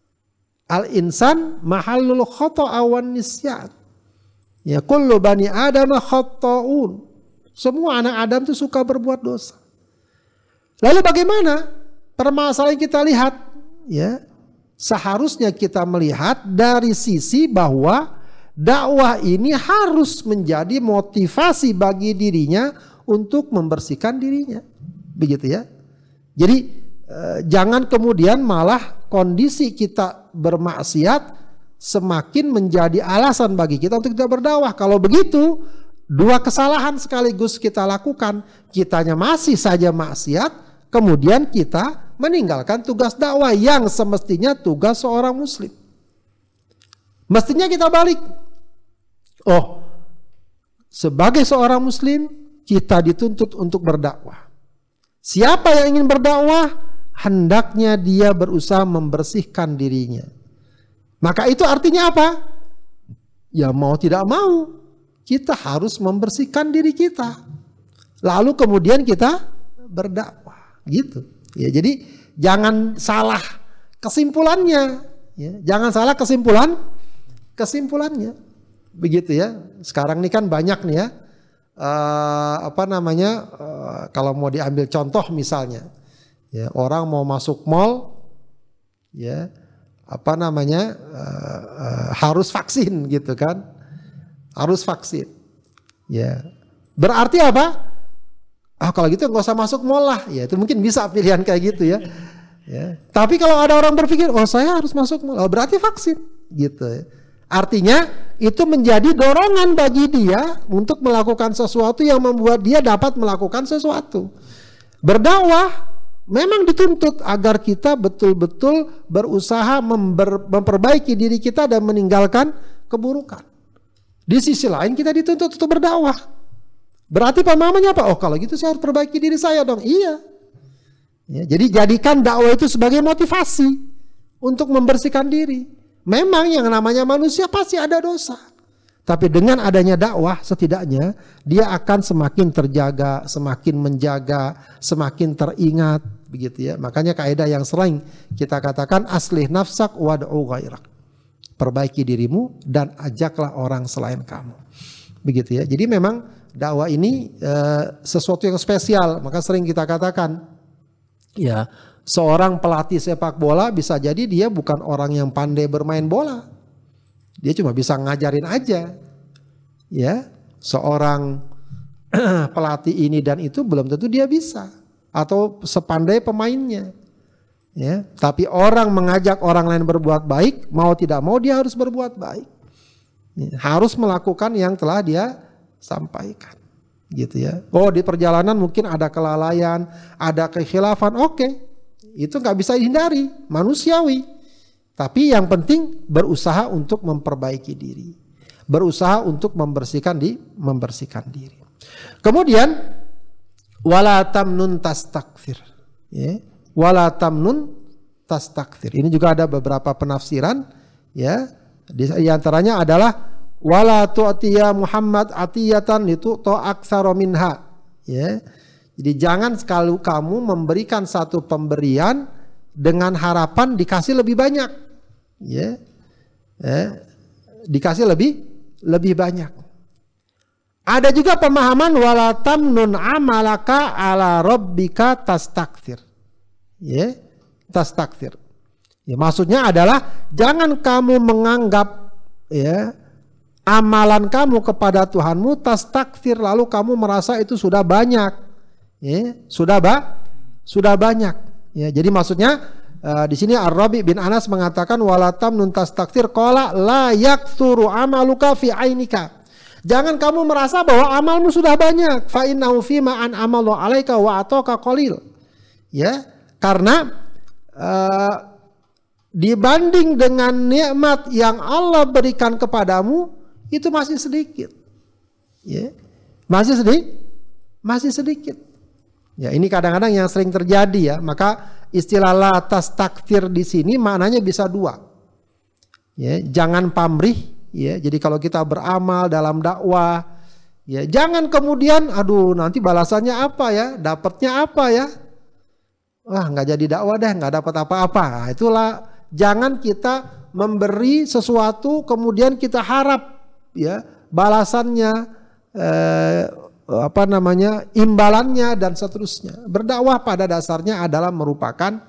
Al-insan mahallul khata'a wan nisyan. Ya, kullu bani Adam khata'un. Semua anak Adam itu suka berbuat dosa. Lalu bagaimana? Permasalahan kita lihat, ya, seharusnya kita melihat dari sisi bahwa dakwah ini harus menjadi motivasi bagi dirinya untuk membersihkan dirinya. Begitu ya. Jadi jangan kemudian malah kondisi kita bermaksiat semakin menjadi alasan bagi kita untuk tidak berdakwah. Kalau begitu, dua kesalahan sekaligus kita lakukan. Kitanya masih saja maksiat, kemudian kita meninggalkan tugas dakwah yang semestinya tugas seorang muslim. Mestinya kita balik. Oh, sebagai seorang muslim kita dituntut untuk berdakwah. Siapa yang ingin berdakwah, hendaknya dia berusaha membersihkan dirinya. Maka itu artinya apa? Ya mau tidak mau, kita harus membersihkan diri kita. Lalu kemudian kita berdakwah. Gitu. Ya, jadi jangan salah kesimpulannya. Ya, jangan salah kesimpulannya. Begitu ya. Sekarang ini kan banyak nih ya. Kalau mau diambil contoh misalnya, ya, orang mau masuk mall, ya, harus vaksin gitu kan. Harus vaksin. Ya. Berarti apa? Kalau gitu nggak usah masuk mall lah. Ya itu mungkin bisa pilihan kayak gitu ya. Ya. Tapi kalau ada orang berpikir, oh saya harus masuk mall, berarti vaksin gitu ya. Artinya itu menjadi dorongan bagi dia untuk melakukan sesuatu yang membuat dia dapat melakukan sesuatu. Berdakwah memang dituntut agar kita betul-betul berusaha memperbaiki diri kita dan meninggalkan keburukan. Di sisi lain kita dituntut untuk berdakwah. Berarti pemahamannya apa? Oh, kalau gitu saya harus perbaiki diri saya dong. Iya. Ya, jadi jadikan dakwah itu sebagai motivasi untuk membersihkan diri. Memang yang namanya manusia pasti ada dosa. Tapi dengan adanya dakwah setidaknya dia akan semakin terjaga, semakin menjaga, semakin teringat, begitu ya. Makanya kaidah yang sering kita katakan aslih nafsak wad'u ghairak. Perbaiki dirimu dan ajaklah orang selain kamu. Begitu ya. Jadi memang dakwah ini sesuatu yang spesial. Maka sering kita katakan ya, seorang pelatih sepak bola bisa jadi dia bukan orang yang pandai bermain bola. Dia cuma bisa ngajarin aja. Ya, seorang pelatih ini dan itu belum tentu dia bisa atau sepandai pemainnya. Ya, tapi orang mengajak orang lain berbuat baik, mau tidak mau dia harus berbuat baik. Ya, harus melakukan yang telah dia sampaikan. Gitu ya. Oh, di perjalanan mungkin ada kelalaian, ada kekhilafan. Oke. Itu nggak bisa dihindari, manusiawi. Tapi yang penting berusaha untuk memperbaiki diri. Berusaha untuk membersihkan diri. Kemudian wala tamnun tastakfir. Ya. Wala tamnun tastakfir. Ini juga ada beberapa penafsiran ya. Di antaranya adalah wala tu'tiya Muhammad atiyatan litu'ta aktsara minha. Ya. Jadi jangan sekali kamu memberikan satu pemberian dengan harapan dikasih lebih banyak. Ya. Dikasih lebih banyak. Ada juga pemahaman wala tamnun amalaka ala rabbika tastakthir. Ya, tastakthir. Ya, maksudnya adalah jangan kamu menganggap ya amalan kamu kepada Tuhanmu tastakthir lalu kamu merasa itu sudah banyak. Ya, sudah banyak. Ya, jadi maksudnya di sini Ar-Rabi bin Anas mengatakan wala tamnun tastakthir qala la yaktsuru amaluka fi ainika. Jangan kamu merasa bahwa amalmu sudah banyak. Fa innahu fima an amalu alaika wa ataka qalil. Ya, karena dibanding dengan nikmat yang Allah berikan kepadamu itu masih sedikit. Ya. Masih sedikit. Ya, ini kadang-kadang yang sering terjadi ya. Maka istilah la tastakthir di sini maknanya bisa dua. Ya, jangan pamrih. Ya, jadi kalau kita beramal dalam dakwah, ya jangan kemudian, aduh nanti balasannya apa ya, dapatnya apa ya, wah nggak jadi dakwah deh, nggak dapat apa-apa. Nah, itulah jangan kita memberi sesuatu kemudian kita harap ya balasannya, imbalannya dan seterusnya. Berdakwah pada dasarnya adalah merupakan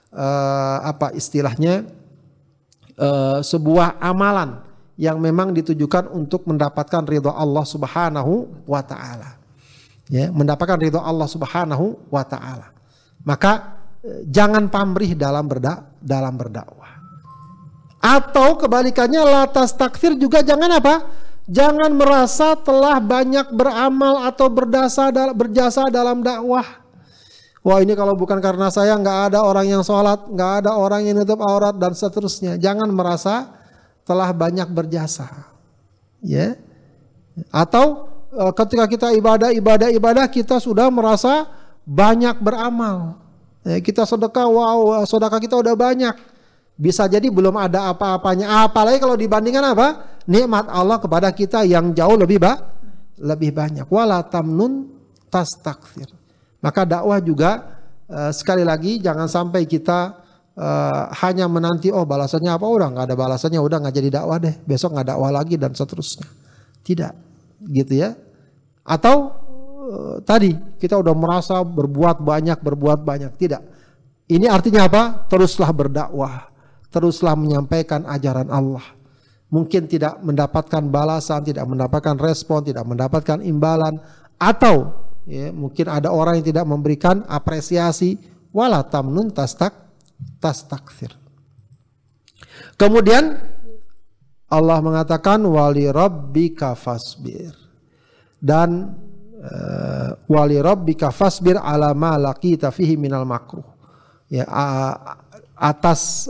sebuah amalan yang memang ditujukan untuk mendapatkan ridha Allah Subhanahu wa taala. Ya, mendapatkan ridha Allah Subhanahu wa taala. Maka jangan pamrih dalam berdakwah. Atau kebalikannya la tastakthir juga jangan apa? Jangan merasa telah banyak beramal atau berjasa dalam dakwah. Wah, ini kalau bukan karena saya nggak ada orang yang sholat, nggak ada orang yang nutup aurat dan seterusnya. Jangan merasa telah banyak berjasa, ya. Atau ketika kita ibadah kita sudah merasa banyak beramal. Ya, kita sedekah, wow, sedekah kita udah banyak. Bisa jadi belum ada apa-apanya. Apalagi kalau dibandingkan apa? Nikmat Allah kepada kita yang jauh lebih banyak. Wala tamnun tastakthir. Maka dakwah juga sekali lagi jangan sampai kita hanya menanti balasannya apa, udah nggak ada balasannya, udah nggak jadi dakwah deh, besok nggak dakwah lagi dan seterusnya. Tidak, gitu ya. Atau tadi kita udah merasa berbuat banyak, tidak. Ini artinya apa? Teruslah berdakwah, teruslah menyampaikan ajaran Allah. Mungkin tidak mendapatkan balasan, tidak mendapatkan respon, tidak mendapatkan imbalan, atau ya, mungkin ada orang yang tidak memberikan apresiasi. Wala tamnun tastakthir. Kemudian Allah mengatakan wali rabbika fasbir. Dan wali rabbika fasbir ala ma laqita fihi minal makruh. Ya, atas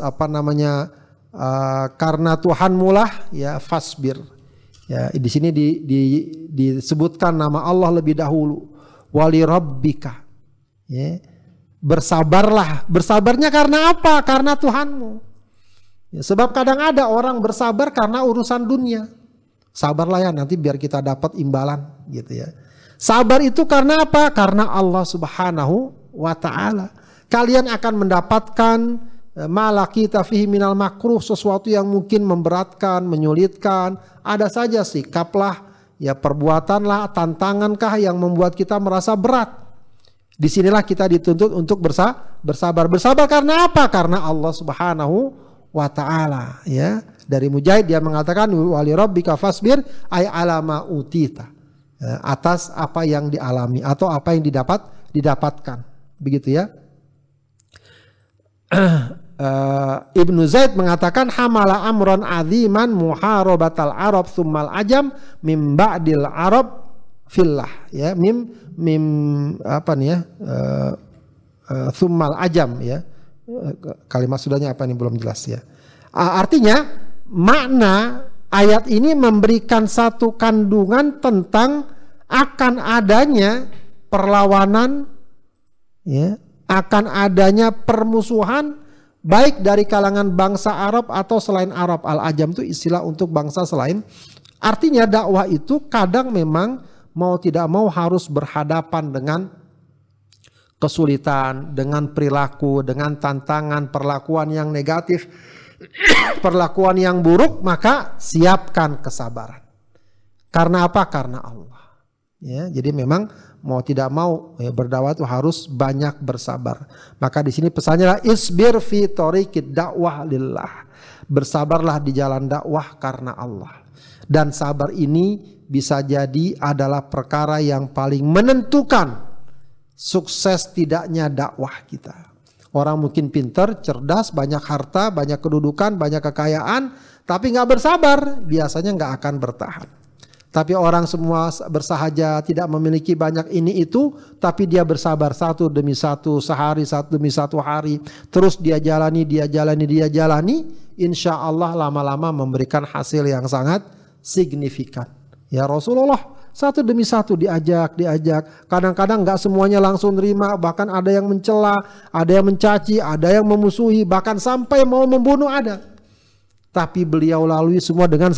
karena Tuhanmu lah ya fasbir. Ya, di sini disebutkan nama Allah lebih dahulu. Wali rabbika. Ya. Bersabarlah. Bersabarnya karena apa? Karena Tuhanmu. Ya, sebab kadang ada orang bersabar karena urusan dunia. Sabarlah ya, nanti biar kita dapat imbalan gitu ya. Sabar itu karena apa? Karena Allah Subhanahu wa ta'ala. Kalian akan mendapatkan malakita fihi minal makruh, sesuatu yang mungkin memberatkan, menyulitkan. Ada saja sikaplah, ya perbuatanlah, tantangankah yang membuat kita merasa berat. Disinilah kita dituntut untuk bersabar. Bersabar karena apa? Karena Allah Subhanahu wa ta'ala. Ya. Dari Mujahid dia mengatakan wali rabbika fasbir ay alama utita. Atas apa yang dialami atau apa yang didapatkan. Begitu ya. Ibnu Zaid mengatakan hamala amron aziman muharabatal arab tsummal ajam mim ba'dil arab fillah ya tsummal ajam ya. Kalimat sudahnya apa ini belum jelas ya. Artinya makna ayat ini memberikan satu kandungan tentang akan adanya perlawanan ya, akan adanya permusuhan baik dari kalangan bangsa Arab atau selain Arab. Al-Ajam itu istilah untuk bangsa selain. Artinya dakwah itu kadang memang mau tidak mau harus berhadapan dengan kesulitan, dengan perilaku, dengan tantangan, perlakuan yang negatif, perlakuan yang buruk, maka siapkan kesabaran. Karena apa? Karena Allah. Ya, jadi memang mau tidak mau ya, berdakwah itu harus banyak bersabar. Maka di sini pesannya adalah isbir fi thoriqid dakwah lillah. Bersabarlah di jalan dakwah karena Allah. Dan sabar ini bisa jadi adalah perkara yang paling menentukan sukses tidaknya dakwah kita. Orang mungkin pintar, cerdas, banyak harta, banyak kedudukan, banyak kekayaan, tapi nggak bersabar, biasanya nggak akan bertahan. Tapi orang semua bersahaja, tidak memiliki banyak ini itu, tapi dia bersabar satu demi satu, sehari satu demi satu hari, terus dia jalani, insya Allah lama-lama memberikan hasil yang sangat signifikan. Ya Rasulullah satu demi satu diajak. Kadang-kadang nggak semuanya langsung terima, bahkan ada yang mencela, ada yang mencaci, ada yang memusuhi, bahkan sampai mau membunuh ada. Tapi beliau lalui semua dengan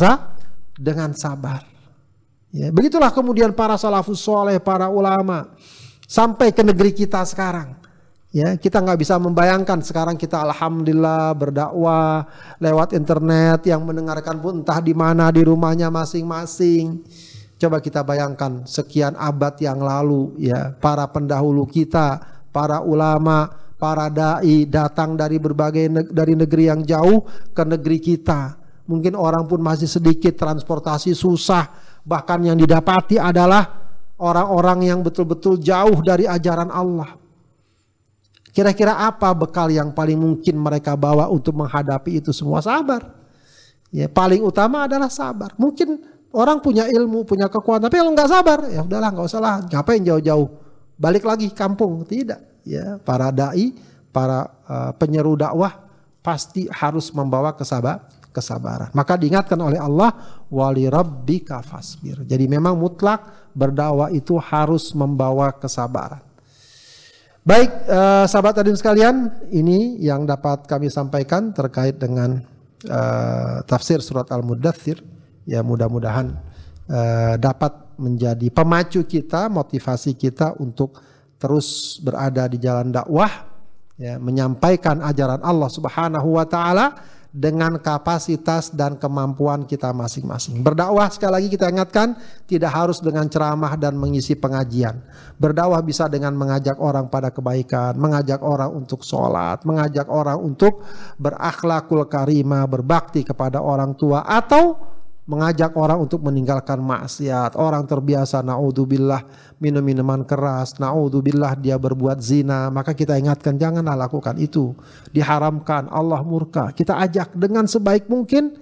sabar. Ya, begitulah kemudian para salafus soleh, para ulama sampai ke negeri kita sekarang. Ya, kita nggak bisa membayangkan sekarang kita alhamdulillah berdakwah lewat internet, yang mendengarkan pun entah di mana di rumahnya masing-masing. Coba kita bayangkan sekian abad yang lalu ya, para pendahulu kita, para ulama, para dai datang dari dari negeri yang jauh ke negeri kita. Mungkin orang pun masih sedikit, transportasi susah. Bahkan yang didapati adalah orang-orang yang betul-betul jauh dari ajaran Allah. Kira-kira apa bekal yang paling mungkin mereka bawa untuk menghadapi itu semua? Sabar. Ya, paling utama adalah sabar. Mungkin orang punya ilmu, punya kekuatan, tapi kalau nggak sabar, ya udahlah nggak usah lah. Ngapain jauh-jauh? Balik lagi kampung. Tidak. Ya, para dai, para penyeru dakwah pasti harus membawa kesabaran. Maka diingatkan oleh Allah, wali rabbika fasbir. Jadi memang mutlak berdakwah itu harus membawa kesabaran. Baik, sahabat hadirin sekalian, ini yang dapat kami sampaikan terkait dengan tafsir surat Al-Mudaththir. Ya, mudah-mudahan dapat menjadi pemacu kita, motivasi kita untuk terus berada di jalan dakwah, ya, menyampaikan ajaran Allah Subhanahu wa taala dengan kapasitas dan kemampuan kita masing-masing. Berdakwah sekali lagi kita ingatkan tidak harus dengan ceramah dan mengisi pengajian. Berdakwah bisa dengan mengajak orang pada kebaikan, mengajak orang untuk sholat, mengajak orang untuk berakhlakul karimah, berbakti kepada orang tua, atau mengajak orang untuk meninggalkan maksiat. Orang terbiasa naudzubillah minum minuman keras, naudzubillah dia berbuat zina, maka kita ingatkan janganlah lakukan itu. Diharamkan, Allah murka. Kita ajak dengan sebaik mungkin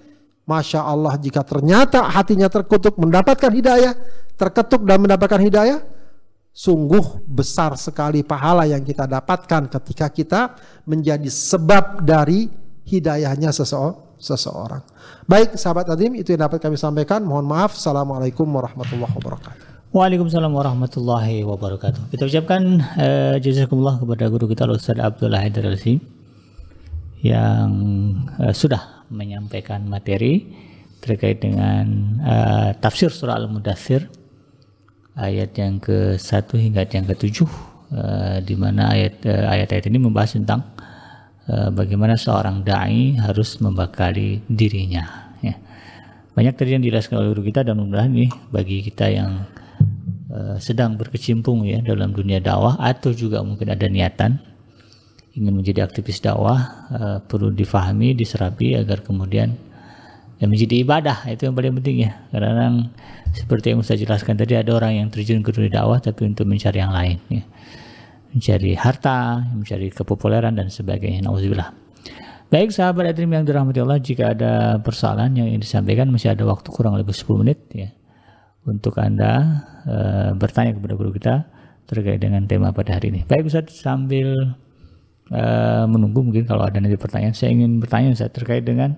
Masya Allah, jika ternyata hatinya terkutuk mendapatkan hidayah, terketuk dan mendapatkan hidayah, sungguh besar sekali pahala yang kita dapatkan ketika kita menjadi sebab dari hidayahnya seseorang. Baik sahabat Adim, itu yang dapat kami sampaikan. Mohon maaf. Assalamualaikum warahmatullahi wabarakatuh. Waalaikumsalam warahmatullahi wabarakatuh. Kita ucapkan jazakumullah kepada guru kita Ustaz Abdullah Haidar Al-Sim yang sudah menyampaikan materi terkait dengan tafsir surah Al-Mudaththir ayat yang ke-1 hingga yang ke-7, di mana ayat-ayat ini membahas tentang bagaimana seorang dai harus membekali dirinya, ya. Banyak tadi yang dijelaskan oleh guru kita, dan mudah-mudahan ini bagi kita yang sedang berkecimpung ya dalam dunia dakwah, atau juga mungkin ada niatan ingin menjadi aktivis dakwah, perlu difahami, diserapi agar kemudian menjadi ibadah. Itu yang paling penting ya. Karena seperti yang saya jelaskan tadi, ada orang yang terjun ke dunia dakwah tapi untuk mencari yang lain ya. Mencari harta, mencari kepopuleran dan sebagainya. Nauzubillah. Baik sahabat Adrim yang dirahmati Allah, jika ada persoalan yang ingin disampaikan, masih ada waktu kurang lebih 10 menit ya untuk Anda bertanya kepada guru kita terkait dengan tema pada hari ini. Baik Ustaz, sambil menunggu mungkin kalau ada nanti pertanyaan, saya ingin bertanya Ustaz terkait dengan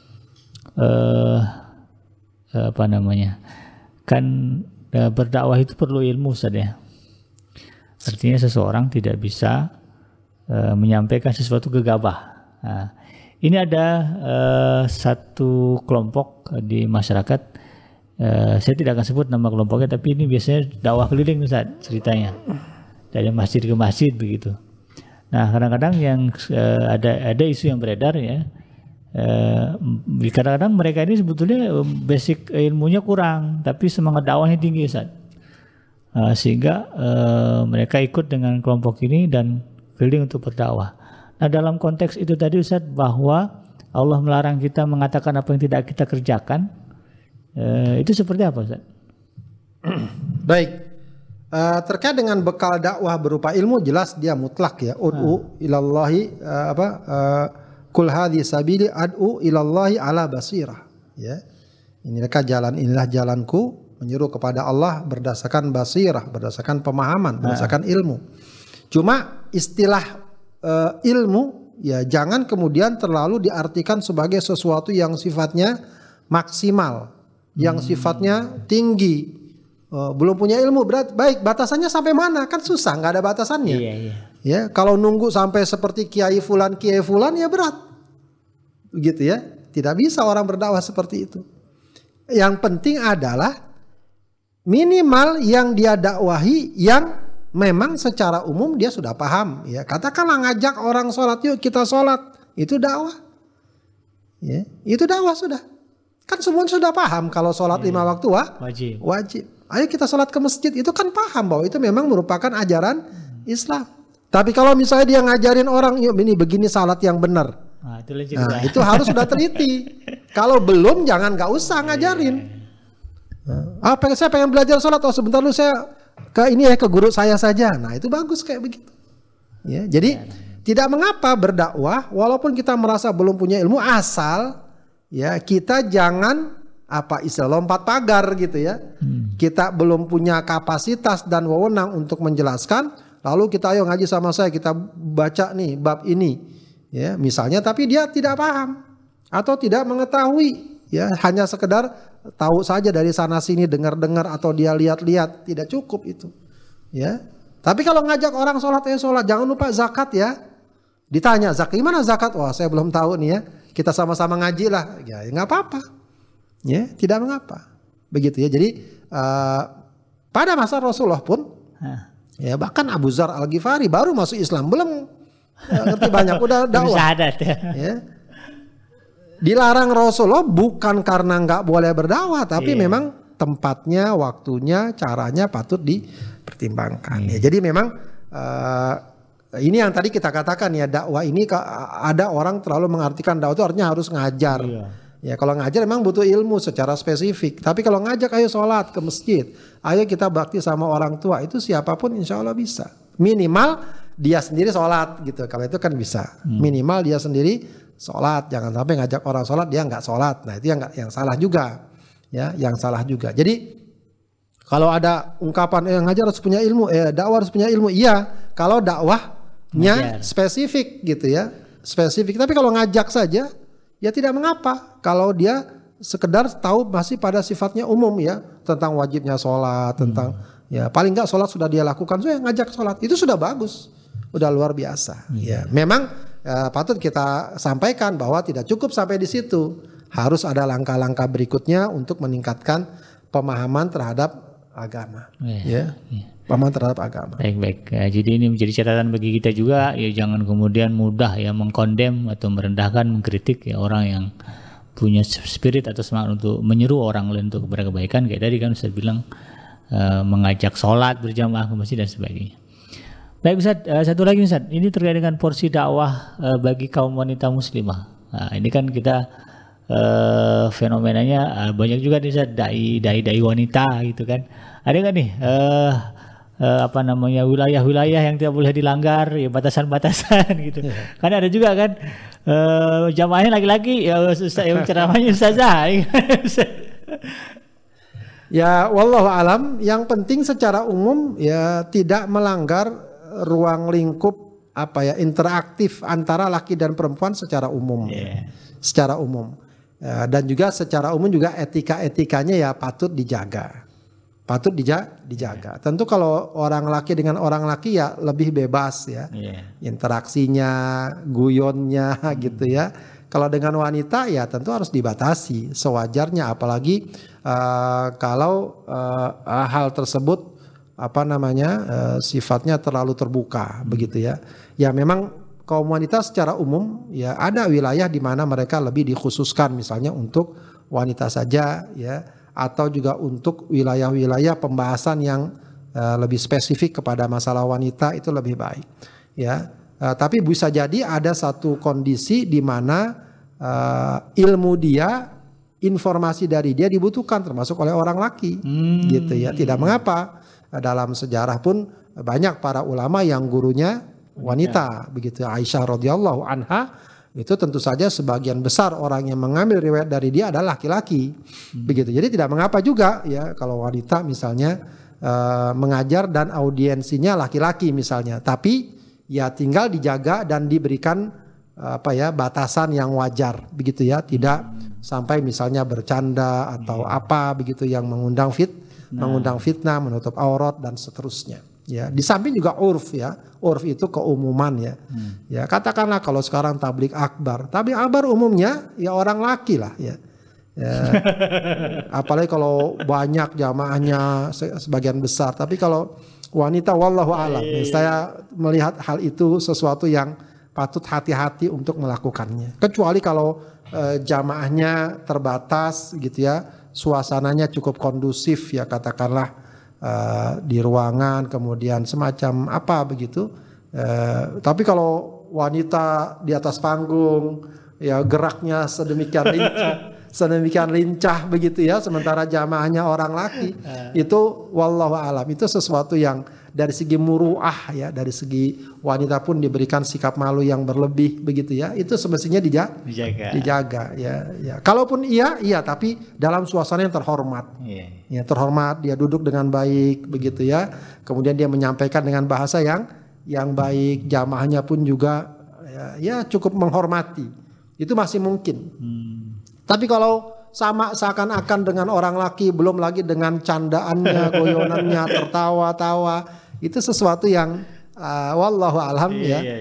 kan berdakwah itu perlu ilmu Ustaz ya. Artinya seseorang tidak bisa menyampaikan sesuatu gegabah. Nah, ini ada satu kelompok di masyarakat, saya tidak akan sebut nama kelompoknya, tapi ini biasanya dakwah keliling Ustaz ceritanya, dari masjid ke masjid begitu. Nah kadang-kadang yang ada isu yang beredar ya, kadang-kadang mereka ini sebetulnya basic ilmunya kurang, tapi semangat dakwahnya tinggi Ustaz. Sehingga mereka ikut dengan kelompok ini dan keliling untuk berdakwah. Nah dalam konteks itu tadi Ustaz, bahwa Allah melarang kita mengatakan apa yang tidak kita kerjakan, itu seperti apa Ustaz? Baik. Terkait dengan bekal dakwah berupa ilmu, jelas dia mutlak ya. Ud'u ilallahi kul hadhi sabili ad'u ilallahi ala basirah ya. Inilah jalanku, menyeru kepada Allah berdasarkan basirah, berdasarkan pemahaman, berdasarkan ilmu. Cuma istilah ilmu ya jangan kemudian terlalu diartikan sebagai sesuatu yang sifatnya maksimal, yang sifatnya tinggi. Belum punya ilmu, baik batasannya sampai mana? Kan susah, nggak ada batasannya. Iya. Ya, kalau nunggu sampai seperti kiai fulan ya berat, begitu ya. Tidak bisa orang berdakwah seperti itu. Yang penting adalah minimal yang dia dakwahi yang memang secara umum dia sudah paham. Ya, katakanlah ngajak orang sholat, yuk kita sholat, itu dakwah. Ya, itu dakwah sudah. Kan semua sudah paham kalau sholat 5 waktu wajib. Ayo kita sholat ke masjid, itu kan paham bahwa itu memang merupakan ajaran Islam. Tapi kalau misalnya dia ngajarin orang, yuk ini begini salat yang benar. Itu harus sudah teliti. Kalau belum jangan nggak usah ngajarin. Saya pengen belajar sholat, sebentar dulu saya ke guru saya saja. Nah itu bagus kayak begitu. Ya, jadi tidak mengapa berdakwah walaupun kita merasa belum punya ilmu, asal ya kita jangan lompat pagar gitu ya. Kita belum punya kapasitas dan wewenang untuk menjelaskan, lalu kita ayo ngaji sama saya, kita baca nih bab ini ya misalnya, tapi dia tidak paham atau tidak mengetahui ya, hanya sekedar tahu saja dari sana sini, dengar-dengar atau dia lihat-lihat, tidak cukup itu ya. Tapi kalau ngajak orang sholat, jangan lupa zakat ya. Ditanya zakat, gimana zakat? Wah saya belum tahu nih ya, kita sama-sama ngaji lah ya, nggak apa-apa ya, tidak mengapa begitu ya. Jadi pada masa Rasulullah pun ya, bahkan Abu Dzar Al-Ghifari baru masuk Islam, belum ngerti banyak, udah dakwah ya. Dilarang Rasulullah bukan karena nggak boleh berdakwah, tapi memang tempatnya, waktunya, caranya patut dipertimbangkan ya. Jadi memang ini yang tadi kita katakan ya, dakwah ini ada orang terlalu mengartikan dakwah itu artinya harus ngajar. Ya kalau ngajar memang butuh ilmu secara spesifik. Tapi kalau ngajak ayo sholat ke masjid, ayo kita bakti sama orang tua, itu siapapun insya Allah bisa. Minimal dia sendiri sholat gitu. Kalau itu kan bisa. Minimal dia sendiri sholat, jangan sampai ngajak orang sholat dia nggak sholat. Nah itu yang salah juga, ya, yang salah juga. Jadi kalau ada ungkapan ngajar harus punya ilmu, dakwah harus punya ilmu, iya. Kalau dakwahnya spesifik gitu ya, spesifik. Tapi kalau ngajak saja, ya tidak mengapa. Kalau dia sekedar tahu masih pada sifatnya umum ya, tentang wajibnya sholat, tentang ya paling nggak sholat sudah dia lakukan, saya ngajak sholat itu sudah bagus, udah luar biasa. Ya, memang patut kita sampaikan bahwa tidak cukup sampai di situ, harus ada langkah-langkah berikutnya untuk meningkatkan pemahaman terhadap agama. Pemahaman terhadap agama. Baik. Jadi ini menjadi catatan bagi kita juga, ya jangan kemudian mudah ya mengkondem atau merendahkan, mengkritik ya orang yang punya spirit atau semangat untuk menyeru orang lain untuk kepada kebaikan. Kayak tadi kan Ustaz bilang mengajak sholat berjamaah ke masjid dan sebagainya. Baik Ustaz, satu lagi Ustaz, ini terkait dengan porsi dakwah bagi kaum wanita muslimah. Nah, ini kan kita fenomenanya banyak juga nih Ustaz, dai wanita gitu kan. Ada nggak nih wilayah-wilayah yang tidak boleh dilanggar, ya batasan-batasan gitu. Karena ada juga kan jamaahnya laki-laki, ya ceramahnya ustazah. Ya wallahu alam, yang penting secara umum ya tidak melanggar ruang lingkup interaktif antara laki dan perempuan secara umum. Secara umum. Dan juga secara umum juga etika-etikanya ya patut dijaga. Tentu kalau orang laki dengan orang laki ya lebih bebas ya. Interaksinya, guyonnya gitu ya. Kalau dengan wanita ya tentu harus dibatasi sewajarnya, apalagi kalau hal tersebut sifatnya terlalu terbuka begitu ya. Ya memang kaum wanita secara umum ya ada wilayah di mana mereka lebih dikhususkan, misalnya untuk wanita saja ya, atau juga untuk wilayah-wilayah pembahasan yang lebih spesifik kepada masalah wanita itu lebih baik ya. Tapi bisa jadi ada satu kondisi di mana ilmu dia, informasi dari dia dibutuhkan termasuk oleh orang laki gitu ya. Tidak mengapa, dalam sejarah pun banyak para ulama yang gurunya wanita begitu. Aisyah radhiyallahu anha itu tentu saja sebagian besar orang yang mengambil riwayat dari dia adalah laki-laki begitu. Jadi tidak mengapa juga ya kalau wanita misalnya mengajar dan audiensinya laki-laki misalnya, tapi ya tinggal dijaga dan diberikan batasan yang wajar begitu ya, tidak sampai misalnya bercanda atau apa begitu yang mengundang fitnah, menutup aurat dan seterusnya. Ya, di samping juga urf ya. Urf itu keumuman ya. Ya, katakanlah kalau sekarang tablik akbar umumnya ya orang laki lah ya. Apalagi kalau banyak jamaahnya sebagian besar. Tapi kalau wanita wallahu alam, saya melihat hal itu sesuatu yang patut hati-hati untuk melakukannya. Kecuali kalau jamaahnya terbatas gitu ya, suasananya cukup kondusif ya, katakanlah di ruangan kemudian semacam apa begitu. Tapi kalau wanita di atas panggung ya geraknya sedemikian lincah begitu ya, sementara jamaahnya orang laki, itu wallahu alam itu sesuatu yang dari segi muruah ya, dari segi wanita pun diberikan sikap malu yang berlebih begitu ya, itu semestinya dijaga ya. Kalaupun iya tapi dalam suasana yang terhormat. Ya, terhormat, dia duduk dengan baik begitu ya. Kemudian dia menyampaikan dengan bahasa yang baik, jamaahnya pun juga ya cukup menghormati. Itu masih mungkin. Tapi kalau sama seakan-akan dengan orang laki, belum lagi dengan candaannya, goyonannya, tertawa-tawa, itu sesuatu yang wallahu alam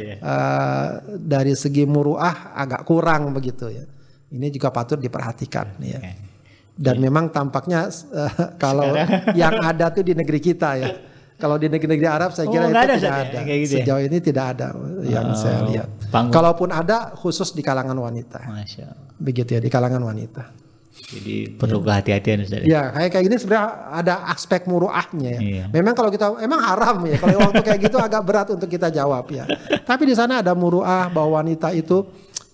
dari segi muruah agak kurang begitu ya. Ini juga patut diperhatikan ya. Dan memang tampaknya kalau yang ada tuh di negeri kita ya. Kalau di negeri-negeri Arab saya kira itu tidak ada. Gitu sejauh ini tidak ada yang saya lihat. Kalaupun ada khusus di kalangan wanita. Begitu ya, di kalangan wanita. Jadi perlu kehati-hatian Ustaz. Ya, kayak gini sebenarnya ada aspek muruahnya ya. Memang kalau kita emang haram ya. Kalau waktu kayak gitu agak berat untuk kita jawab ya. Tapi di sana ada muruah bahwa wanita itu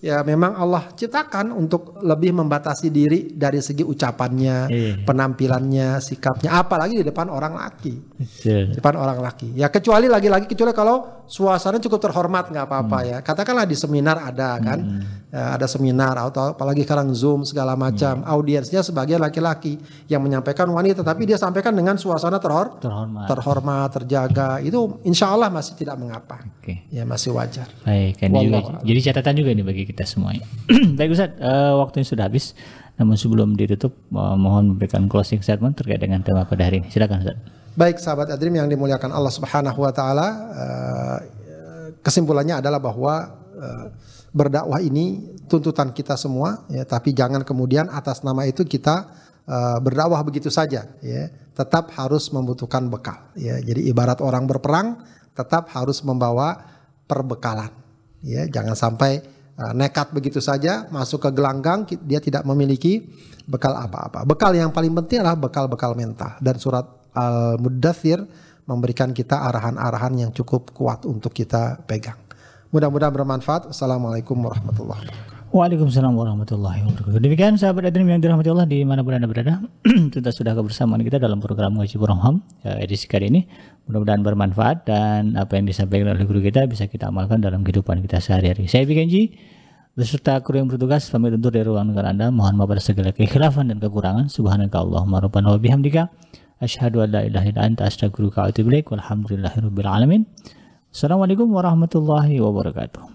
ya memang Allah ciptakan untuk lebih membatasi diri dari segi ucapannya, penampilannya, sikapnya, apalagi di depan orang laki. Di depan orang laki. Ya kecuali lagi-lagi kecuali kalau suasana cukup terhormat nggak apa-apa ya. Katakanlah di seminar ada kan, ya, ada seminar atau apalagi sekarang Zoom segala macam, audiensnya sebagian laki-laki yang menyampaikan wanita, tapi dia sampaikan dengan suasana terhormat, terjaga, itu insya Allah masih tidak mengapa. Ya masih wajar. Baik, ini juga jadi catatan juga ini bagi kita semuanya. Baik Ustaz, waktunya sudah habis. Namun sebelum ditutup, mohon memberikan closing statement terkait dengan tema pada hari ini. Silakan Ustaz. Baik sahabat Adrim yang dimuliakan Allah Subhanahu wa taala, kesimpulannya adalah bahwa berdakwah ini tuntutan kita semua ya, tapi jangan kemudian atas nama itu kita berdakwah begitu saja ya. Tetap harus membutuhkan bekal ya. Jadi ibarat orang berperang tetap harus membawa perbekalan ya. Jangan sampai nekat begitu saja masuk ke gelanggang dia tidak memiliki bekal apa-apa. Bekal yang paling penting adalah bekal-bekal mental, dan surat Al-Muddathir memberikan kita arahan-arahan yang cukup kuat untuk kita pegang. Mudah-mudahan bermanfaat. Assalamualaikum warahmatullahi wabarakatuh. Waalaikumsalam warahmatullahi wabarakatuh. Demikian sahabat Adrim yang dirahmati Allah dimanapun Anda berada. Tuntas sudah kebersamaan kita dalam program Ngaji Burham edisi kali ini. Mudah-mudahan bermanfaat dan apa yang disampaikan oleh guru kita bisa kita amalkan dalam kehidupan kita sehari-hari. Saya Bikenji beserta kru yang bertugas pamit undur dari ruang dengar Anda. Mohon maaf atas segala kekhilafan dan kekurangan. Subhanakallahumma rabbana wa bihamdika asyhadu an la ilaha illa anta astaghfiruka wa atubu ilaik. Walhamdulillahirabbil alamin. Assalamualaikum warahmatullahi wabarakatuh.